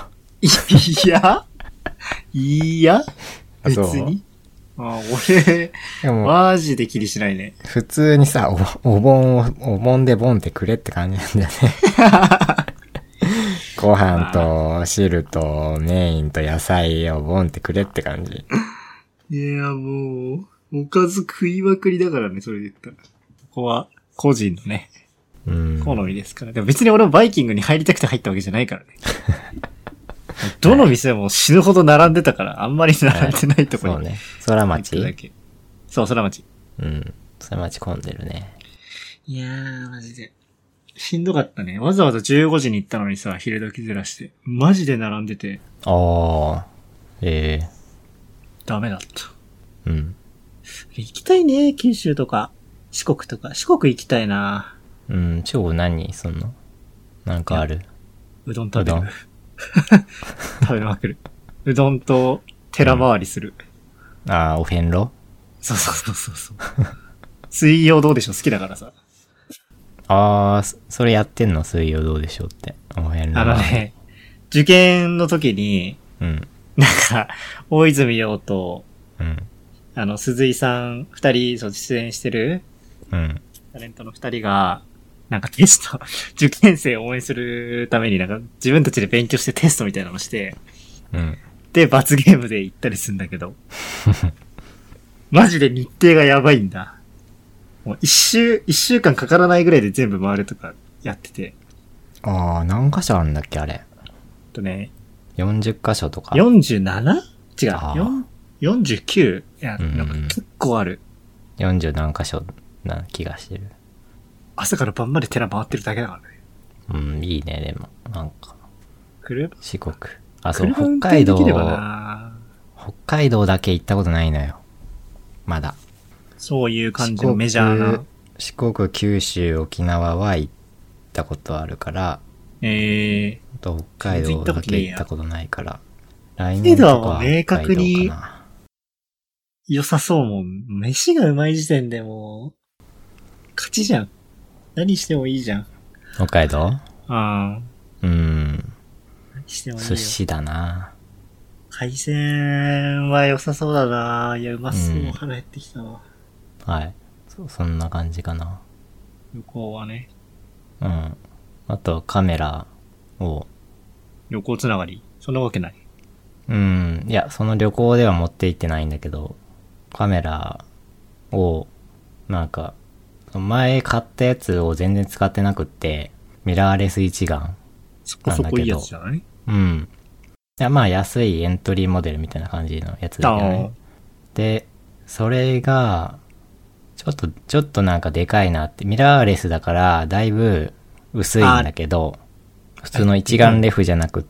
いや別に。俺、マジで気にしないね。 普通にさ、お盆でボンってくれって感じなんだよね。ご飯と汁とメインと野菜をボンってくれって感じ。 いや、もう、おかず食いまくりだからね、それで言ったら。ここは、個人のね、好みですから。でも別に俺もバイキングに入りたくて入ったわけじゃないからね。どの店も死ぬほど並んでたから、あんまり並んでないところに、 そうね。空町そう、空町。 うん。空町混んでるね。 いやー、マジで。しんどかったね。わざわざ15時に行ったのにさ、昼時ずらして。マジで並んでて。ダメだった。 うん。 行きたいね、九州とか、四国とか。四国行きたいな。 うん、何そんな。なんかある？ うどん食べる。食べまくる。うどんと寺回りする。 お遍路？ そう。水曜どうでしょう好きだからさ。 それやってんの？水曜どうでしょうって。お遍路。 ね、受験の時に、なんか、大泉洋と、鈴井さん二人、出演してる、タレントの二人が、なんかテスト、受験生を応援するためになんか自分たちで勉強してテストみたいなのして、で、罰ゲームで行ったりするんだけど、マジで日程がやばいんだ。もう一週間かからないぐらいで全部回るとかやってて。 何箇所あるんだっけあれ。 40 箇所とか。 47？ 違う。49? いや、なんか結構ある。 40何箇所な気がしてる。 朝から晩まで寺回ってるだけだからね。いいね、でも。なんか。四国。 そう、北海道だけ行ったことないのよ。まだ。 そういう感じのメジャーな。 四国、九州、沖縄は行ったことあるから、北海道だけ行ったことないから、来年とかは明確に良さそうもん。飯がうまい時点でもう、勝ちじゃん。何してもいいじゃん。 北海道？ 何してもいいよ。 寿司だな。 海鮮は良さそうだな。いや、うまそう。腹減ってきたわ。 はい。そんな感じかな。 旅行はね。 あとカメラを。 旅行つながり？そんなわけない。 いや、その旅行では持って行ってないんだけど、カメラを、なんか、前買ったやつを全然使ってなくって、ミラーレス一眼なんだけど。 そこそこいいやつじゃない？ いや、まあ安いエントリーモデルみたいな感じのやつだけどね。で、それが、 ちょっとなんかでかいなって。ミラーレスだからだいぶ薄いんだけど、普通の一眼レフじゃなくって、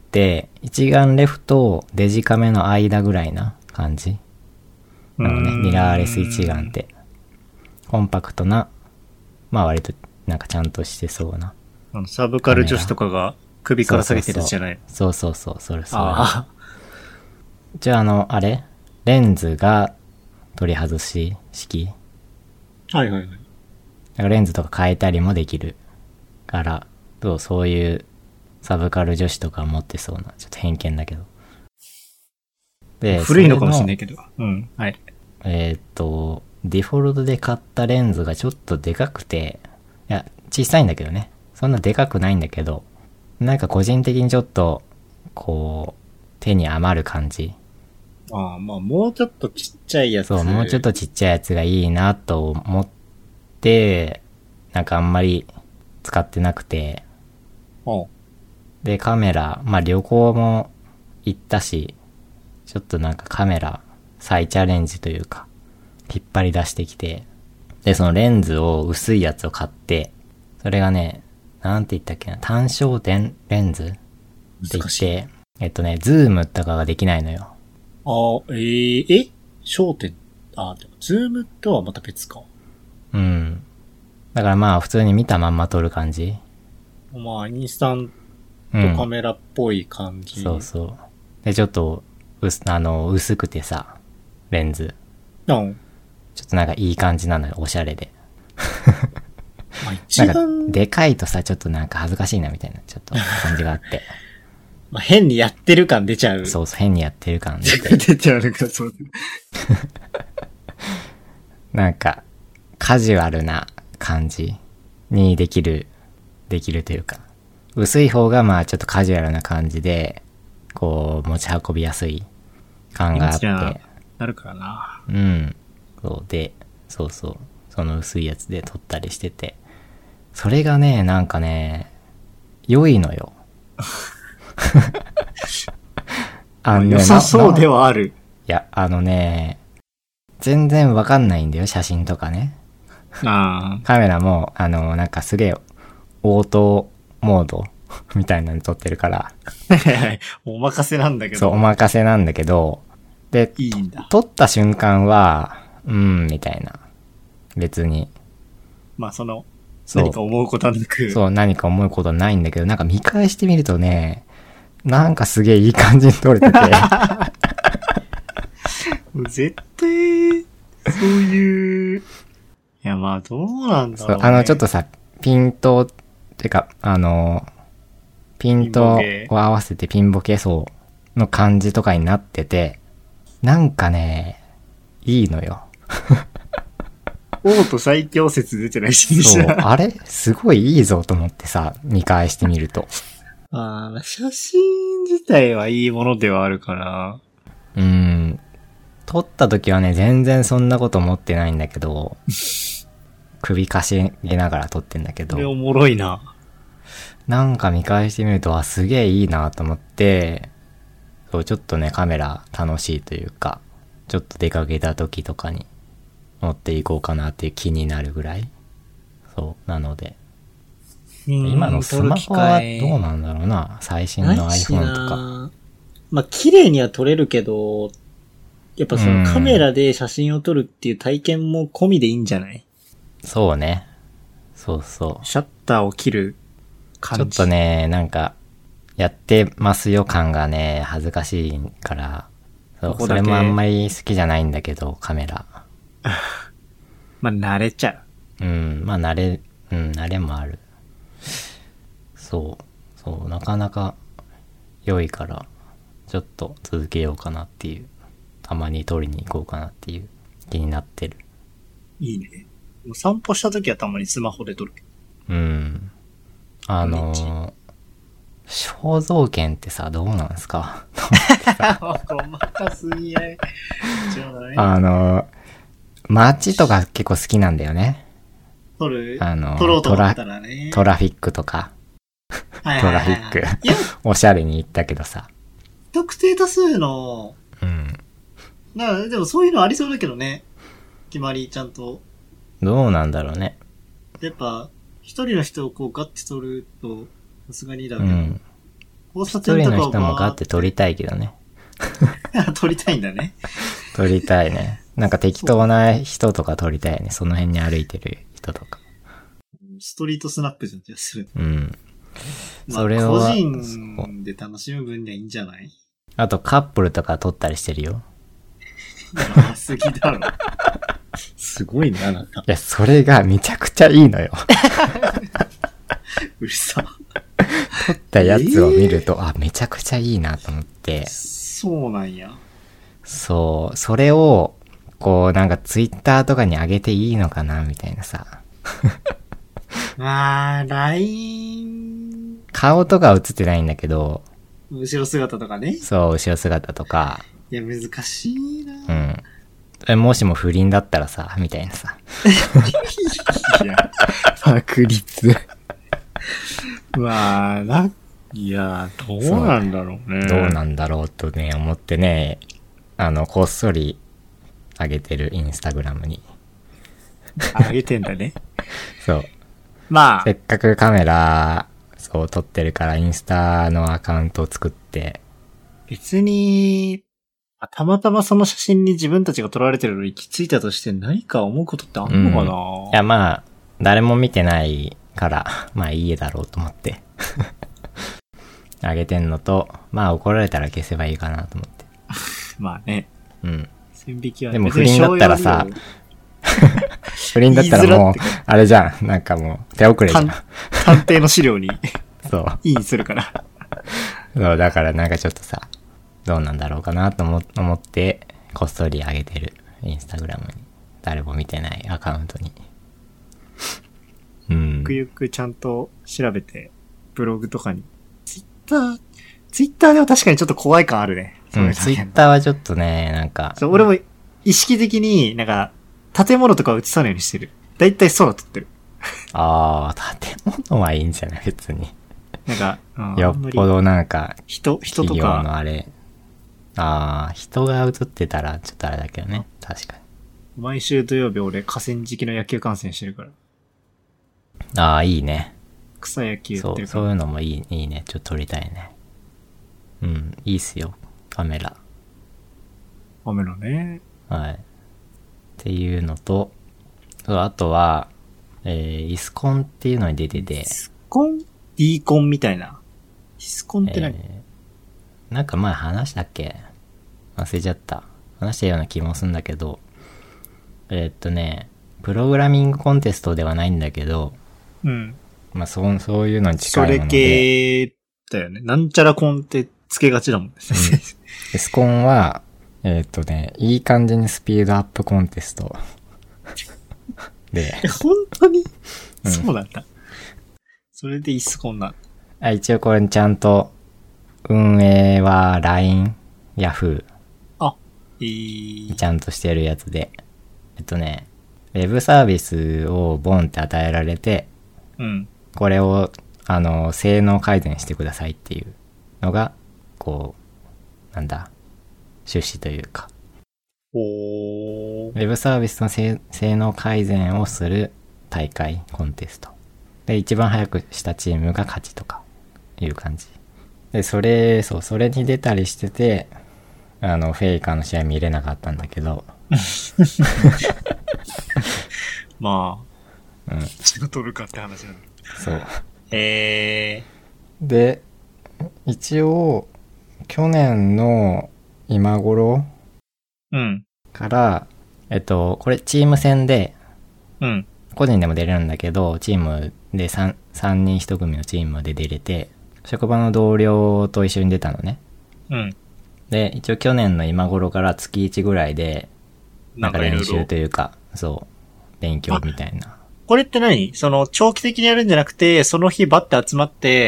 一眼レフとデジカメの間ぐらいな感じなのね。ミラーレス一眼って。コンパクトな、まあ割となんかちゃんとしてそうな。 サブカル女子とかが首から下げてるやつじゃない？ そう、それ。じゃああれレンズが取り外し式？ はい。 だからレンズとか変えたりもできるから、そういうサブカル女子とか持ってそうな、ちょっと偏見だけど。 で、古いのかもしれないけど。はい。 デフォルトで買ったレンズがちょっとでかくて、いや、小さいんだけどね。そんなでかくないんだけど、なんか個人的にちょっと、こう、手に余る感じ。 まあもうちょっとちっちゃいやつ。 そう、もうちょっとちっちゃいやつがいいなと思って、なんかあんまり使ってなくて。で、カメラ、まあ旅行も行ったし、ちょっとなんかカメラ再チャレンジというか、引っ張り出してきて、で、そのレンズを薄いやつを買って、それがね、なんて言ったっけな、単焦点レンズって言って、ズームとかができないのよ。 焦点、でもズームとはまた別か。 うん。だからまあ普通に見たまんま撮る感じ。 まあインスタントカメラっぽい感じ。 そう。で、ちょっと、薄くてさ、レンズ。ちょっとなんかいい感じなのよ、おしゃれで。なんか、でかいとさ、ちょっとなんか恥ずかしいなみたいな、ちょっと感じがあって。 変にやってる感出ちゃう。 そう、変にやってる感出て。出ちゃうのか、そう。 なんか、カジュアルな感じにできるというか、薄い方がまあちょっとカジュアルな感じで、こう、持ち運びやすい感があって。 なるからな。 うん。そうで、その薄いやつで撮ったりしてて。それがね、なんかね、良いのよ。 良さそうではある。 いや、全然わかんないんだよ、写真とかね。カメラも、なんかすげえ、オートモードみたいなの撮ってるから。 お任せなんだけど。 そう、お任せなんだけど、で、 いいんだ。 撮った瞬間は、みたいな。別に。 まあ何か思うことはなく。 そう、何か思うことはないんだけど、なんか見返してみるとね、なんかすげえいい感じに撮れてて。 絶対、そういう、いやまあどうなんだろう、ね。 そう、ちょっとさ、ピント、ってか、ピントを合わせてピンボケそうの感じとかになってて、なんかね、いいのよ。 オート最強説出てないし。 そう、あれすごいいいぞと思ってさ、見返してみると。 写真自体はいいものではあるから。 撮った時はね、全然そんなこと思ってないんだけど、首かしげながら撮ってんだけど。 これおもろいな。 なんか見返してみると、すげえいいなと思って、そう、ちょっとね、カメラ楽しいというか、ちょっと出かけた時とかに持っていこうかなっていう気になるぐらい。そう、なので。今のスマホはどうなんだろうな、最新の iPhone とか。 まあ、綺麗には撮れるけど、やっぱそのカメラで写真を撮るっていう体験も込みでいいんじゃない？ そうね。そう。シャッターを切る感じ。 ちょっとね、なんか、やってますよ感がね、恥ずかしいから、それもあんまり好きじゃないんだけど、カメラ。 まあ、慣れちゃう。まあ、慣れもある。そう、なかなか良いから、ちょっと続けようかなっていう。たまに撮りに行こうかなっていう気になってる。 いいね。散歩した時はたまにスマホで撮るけど。 肖像権ってさ、どうなんですか？ 細かすぎやい。 街とか結構好きなんだよね。 撮ろうと思ったらね。 トラフィックとか。トラフィック。おしゃれに行ったけどさ。 特定多数の、でもそういうのありそうだけどね。決まりちゃんと。 どうなんだろうね。 やっぱ、一人の人をこうガッて撮ると、さすがにだけど。うん。 一人の人もガッて撮りたいけどね。 撮りたいんだね。 撮りたいね。なんか適当な人とか撮りたいね。その辺に歩いてる人とか。 ストリートスナップじゃん気がする。 うん。 まあ、それを。個人で楽しむ分にはいいんじゃない？ あとカップルとか撮ったりしてるよ。 長すぎだろ。すごいね、あなた。いや、それがめちゃくちゃいいのよ。 うるさ。 撮ったやつを見ると、めちゃくちゃいいなと思って。 そうなんや。 そう、それを、こうなんかツイッターとかに上げていいのかなみたいなさ。 LINE。 顔とか映ってないんだけど。 後ろ姿とかね。 そう、後ろ姿とか。 いや、難しいな。 うん。もしも不倫だったらさ、みたいなさ。 いや、確率。まあ、いや、どうなんだろうね。 どうなんだろうとね、思ってね、こっそり上げてるインスタグラムに。 上げてんだね。 そう。 まあ。 せっかくカメラ、そう撮ってるからインスタのアカウントを作って。 別に、たまたまその写真に自分たちが撮られてるのに行き着いたとして何か思うことってあんのかな、 いやまあ、誰も見てないから、まあいい絵だろうと思って。あげてんのと、まあ怒られたら消せばいいかなと思って。 まあね。 うん。 線引きはでも不倫だったらさ、不倫だったらもう、あれじゃん。なんかもう、手遅れじゃん。 探偵の資料に、 そう。 いいにするから。 そう、だからなんかちょっとさ、どうなんだろうかなと思って、こっそり上げてる。インスタグラムに。誰も見てないアカウントに。うん。 ゆくゆくちゃんと調べて、ブログとかに。ツイッターでは確かにちょっと怖い感あるね。 うん、ツイッターはちょっとね、なんか。 そう、俺も意識的になんか、建物とか映さないようにしてる。だいたい空撮ってる。 建物はいいんじゃない別に。 なんか、 よっぽどなんか、 人とか。 企業のあれ。人が映ってたらちょっとあれだけどね。確かに。 毎週土曜日俺河川敷の野球観戦してるから。 いいね。 草野球ってるから。 そういうのもいいね。ちょっと撮りたいね。うん、いいっすよ。カメラ。 カメラね。 はい。っていうのと、あとは、イスコンっていうのに出てて。 イスコン？ D コンみたいな。イスコンって何？ なんか前話したっけ？忘れちゃった。話したような気もするんだけど、プログラミングコンテストではないんだけど、 うん。 まあそういうのに近いもので。 それ系だよね。なんちゃらコンってつけがちだもんね。 イスコンは、いい感じにスピードアップコンテスト。で。 本当に、そうなんだ。それでイスコンなんだ。 一応これちゃんと、運営は LINE、Yahoo。ちゃんとしてるやつで。ウェブサービスをボンって与えられて、 うん。 これを、性能改善してくださいっていうのが、こう、趣旨というか。ウェブサービスの性能改善をする大会、コンテスト。で、一番早くしたチームが勝ちとか、いう感じ。で、それに出たりしてて、フェイカーの試合見れなかったんだけど。 まあ。仕事取るかって話なんだ。 そう。 で、 一応、去年の今頃から、これチーム戦で、個人でも出れるんだけど、チームで3人1組のチームで出れて、職場の同僚と一緒に出たのね。で、一応去年の今頃から月1ぐらいで、なんか練習というか、勉強みたいな。 これって何？長期的にやるんじゃなくて、その日バッて集まって、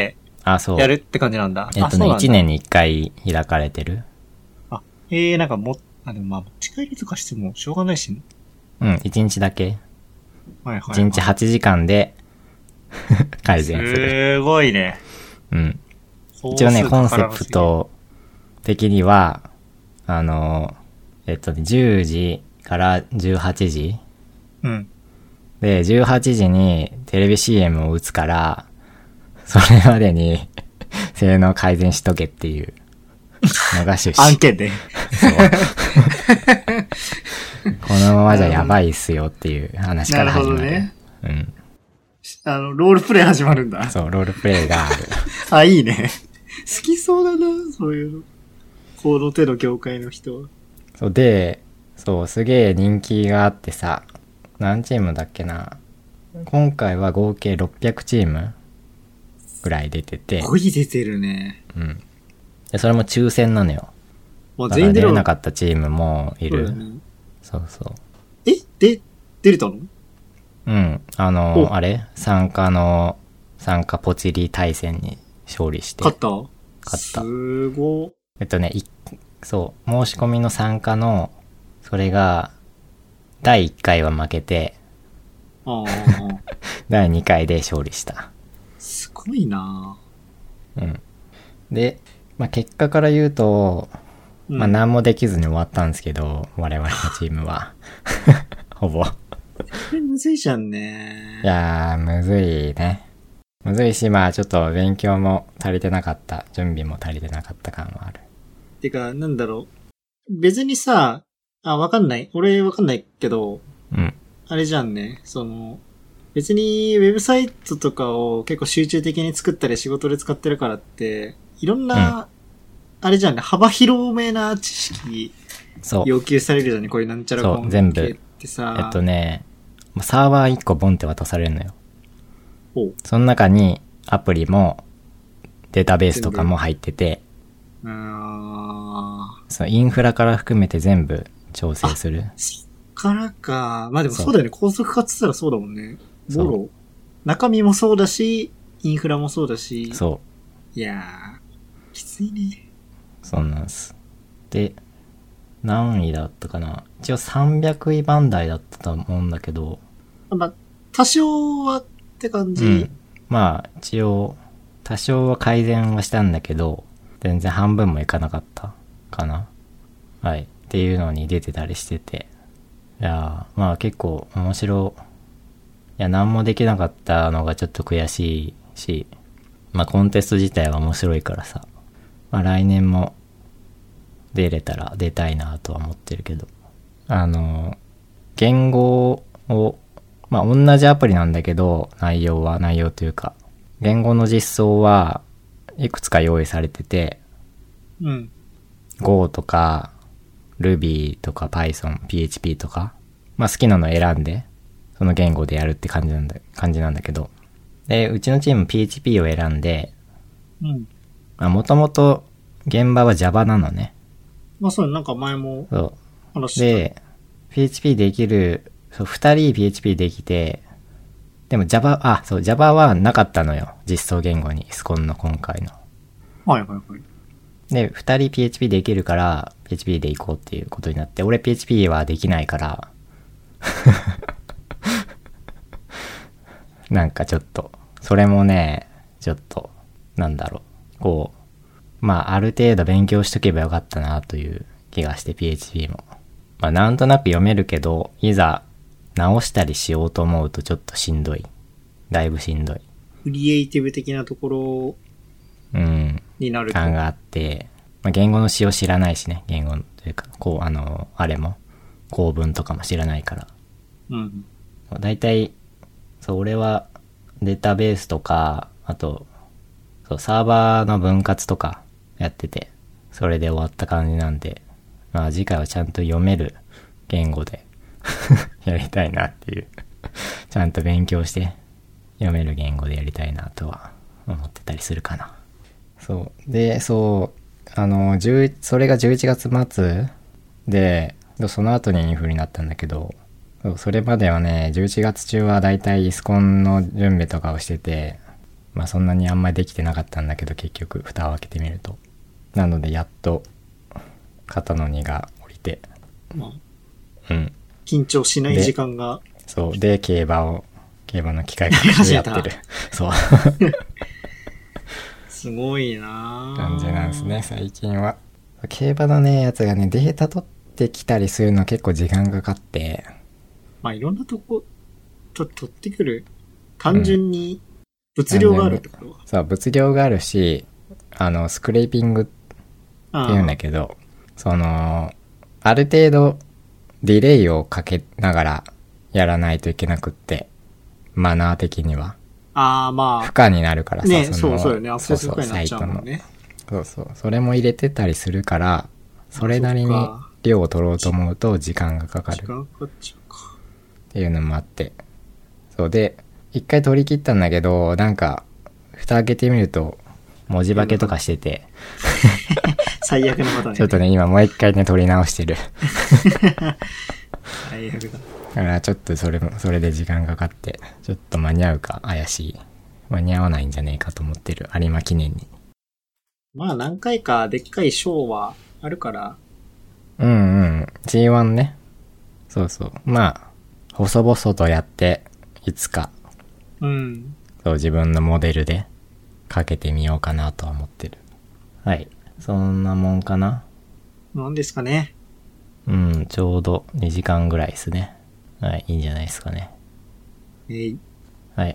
やるって感じなんだ。 1年に1回開かれてる。 なんかでも持ち帰りとかしてもしょうがないしね。 1日だけ。 はいはい。 1日8時間で、改善する。 すごいね。 一応ね、コンセプト的には、10時から18時で、18時にテレビ CM を打つから、それまでに性能改善しとけっていうのが趣旨。 案件で。そう。 このままじゃやばいっすよっていう話から始まる。なるほどね。うん。 ロールプレイ始まるんだ。 そう、ロールプレイがある。 あ、いいね。好きそうだな、そういうの。この手の業界の人は。 そうで、そう、すげえ人気があってさ、何チームだっけな。今回は合計600チームぐらい出てて。 すごい出てるね。 うん。で、それも抽選なのよ。だから出れなかったチームもいる。そうそう。 出れたの？ うん。あれ参加ポチリ対戦に勝利して。 勝ったすごい。そう、申し込みの参加の、それが、第1回は負けて、第2回で勝利した。 すごいなぁ。うん。で、結果から言うと、何もできずに終わったんですけど、我々のチームは。ほぼ。 むずいじゃんね。 いやー、むずいね。むずいし、ちょっと勉強も足りてなかった。準備も足りてなかった感はある。 てか、なんだろう。別にさ、わかんない。俺わかんないけど、 うん。 あれじゃんね。別にウェブサイトとかを結構集中的に作ったり仕事で使ってるからって、いろんな、あれじゃんね。幅広めな知識要求されるじゃんね。こういうなんちゃらコン系ってさ。 サーバー1個ボンって渡されるのよ。その中にアプリもデータベースとかも入ってて、そのインフラから含めて全部調整する。 そっからか。でもそうだよね。高速化って言ったらそうだもんね。中身もそうだし、インフラもそうだし。 そう。 いやー、きついね。 そうなんです。で、何位だったかな。一応300位番台だったと思うんだけど。 多少はって感じ。 一応、多少は改善はしたんだけど、全然半分もいかなかったかな。はい。っていうのに出てたりしてて。いやー、結構面白い。いや、何もできなかったのがちょっと悔しいし、コンテスト自体は面白いからさ。来年も出れたら出たいなとは思ってるけど。言語を、同じアプリなんだけど、内容というか、言語の実装はいくつか用意されてて、Go とか、Ruby とか Python、PHP とか、好きなの選んで、その言語でやるって感じなんだけど。で、うちのチーム PHP を選んで、もともと現場は Java なのね。 そう、なんか前も話した。で、PHP できる、2人 PHP できて、でも Java はなかったのよ。実装言語に、スコンの今回の。で、2人 PHP できるから、PHP で行こうっていうことになって、俺 PHP はできないから、なんかちょっと、それもね、ちょっと、ある程度勉強しとけばよかったなという気がして PHP も。なんとなく読めるけど、いざ直したりしようと思うとちょっとしんどい。だいぶしんどい。 クリエイティブ的なところになると。 感があって、言語の仕様知らないしね。言語というか、あれも、構文とかも知らないから。だいたい、俺はデータベースとか、あと、サーバーの分割とかやってて、それで終わった感じなんで、次回はちゃんと読める言語でやりたいなっていう。ちゃんと勉強して読める言語でやりたいなとは思ってたりするかな。で、それが11月末で、その後にインフルになったんだけど、それまではね、11月中はだいたいイスコンの準備とかをしてて、そんなにあんまりできてなかったんだけど、結局蓋を開けてみると。なのでやっと肩の荷が下りて、 緊張しない時間が。 で、競馬の機械学習やってる。 すごいな感じなんですね、最近は。競馬のね、やつがね、データ取ってきたりするの結構時間かかって。 いろんなとこ、 取ってくる。単純に物量があるってこと、 そう、物量があるし、スクレーピングって言うんだけど、ある程度ディレイをかけながらやらないといけなくって、マナー的には。 まあ。 負荷になるからさ、 ね、そうよね。アクセス負荷になっちゃうもんね。 そうそう。それも入れてたりするから、それなりに量を取ろうと思うと時間がかかる。 時間かかっちゃうか。 っていうのもあって。そうで、一回取り切ったんだけど、なんか、蓋開けてみると、文字化けとかしてて。 最悪のことね。 ちょっとね、今もう一回ね、取り直してる。 最悪だ。 だからちょっとそれで時間かかって、ちょっと間に合うか怪しい。間に合わないんじゃねえかと思ってる。有馬記念に。 まあ何回かでっかいショーはあるから。 うんうん。G1 ね。そうそう。まあ、細々とやって、いつか。 うん。 そう、自分のモデルでかけてみようかなとは思ってる。はい。そんなもんかな。 なんですかね。 うん、ちょうど2時間ぐらいですね。はい、いいんじゃないですかね。はい。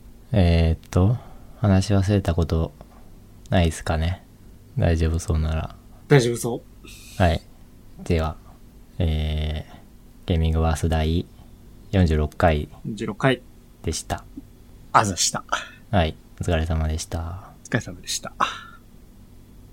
話し忘れたことないですかね。大丈夫そうなら。 大丈夫そう。 はい。では、ゲーミングワース第46回でした。 あざした。 はい。お疲れ様でした。 お疲れ様でした。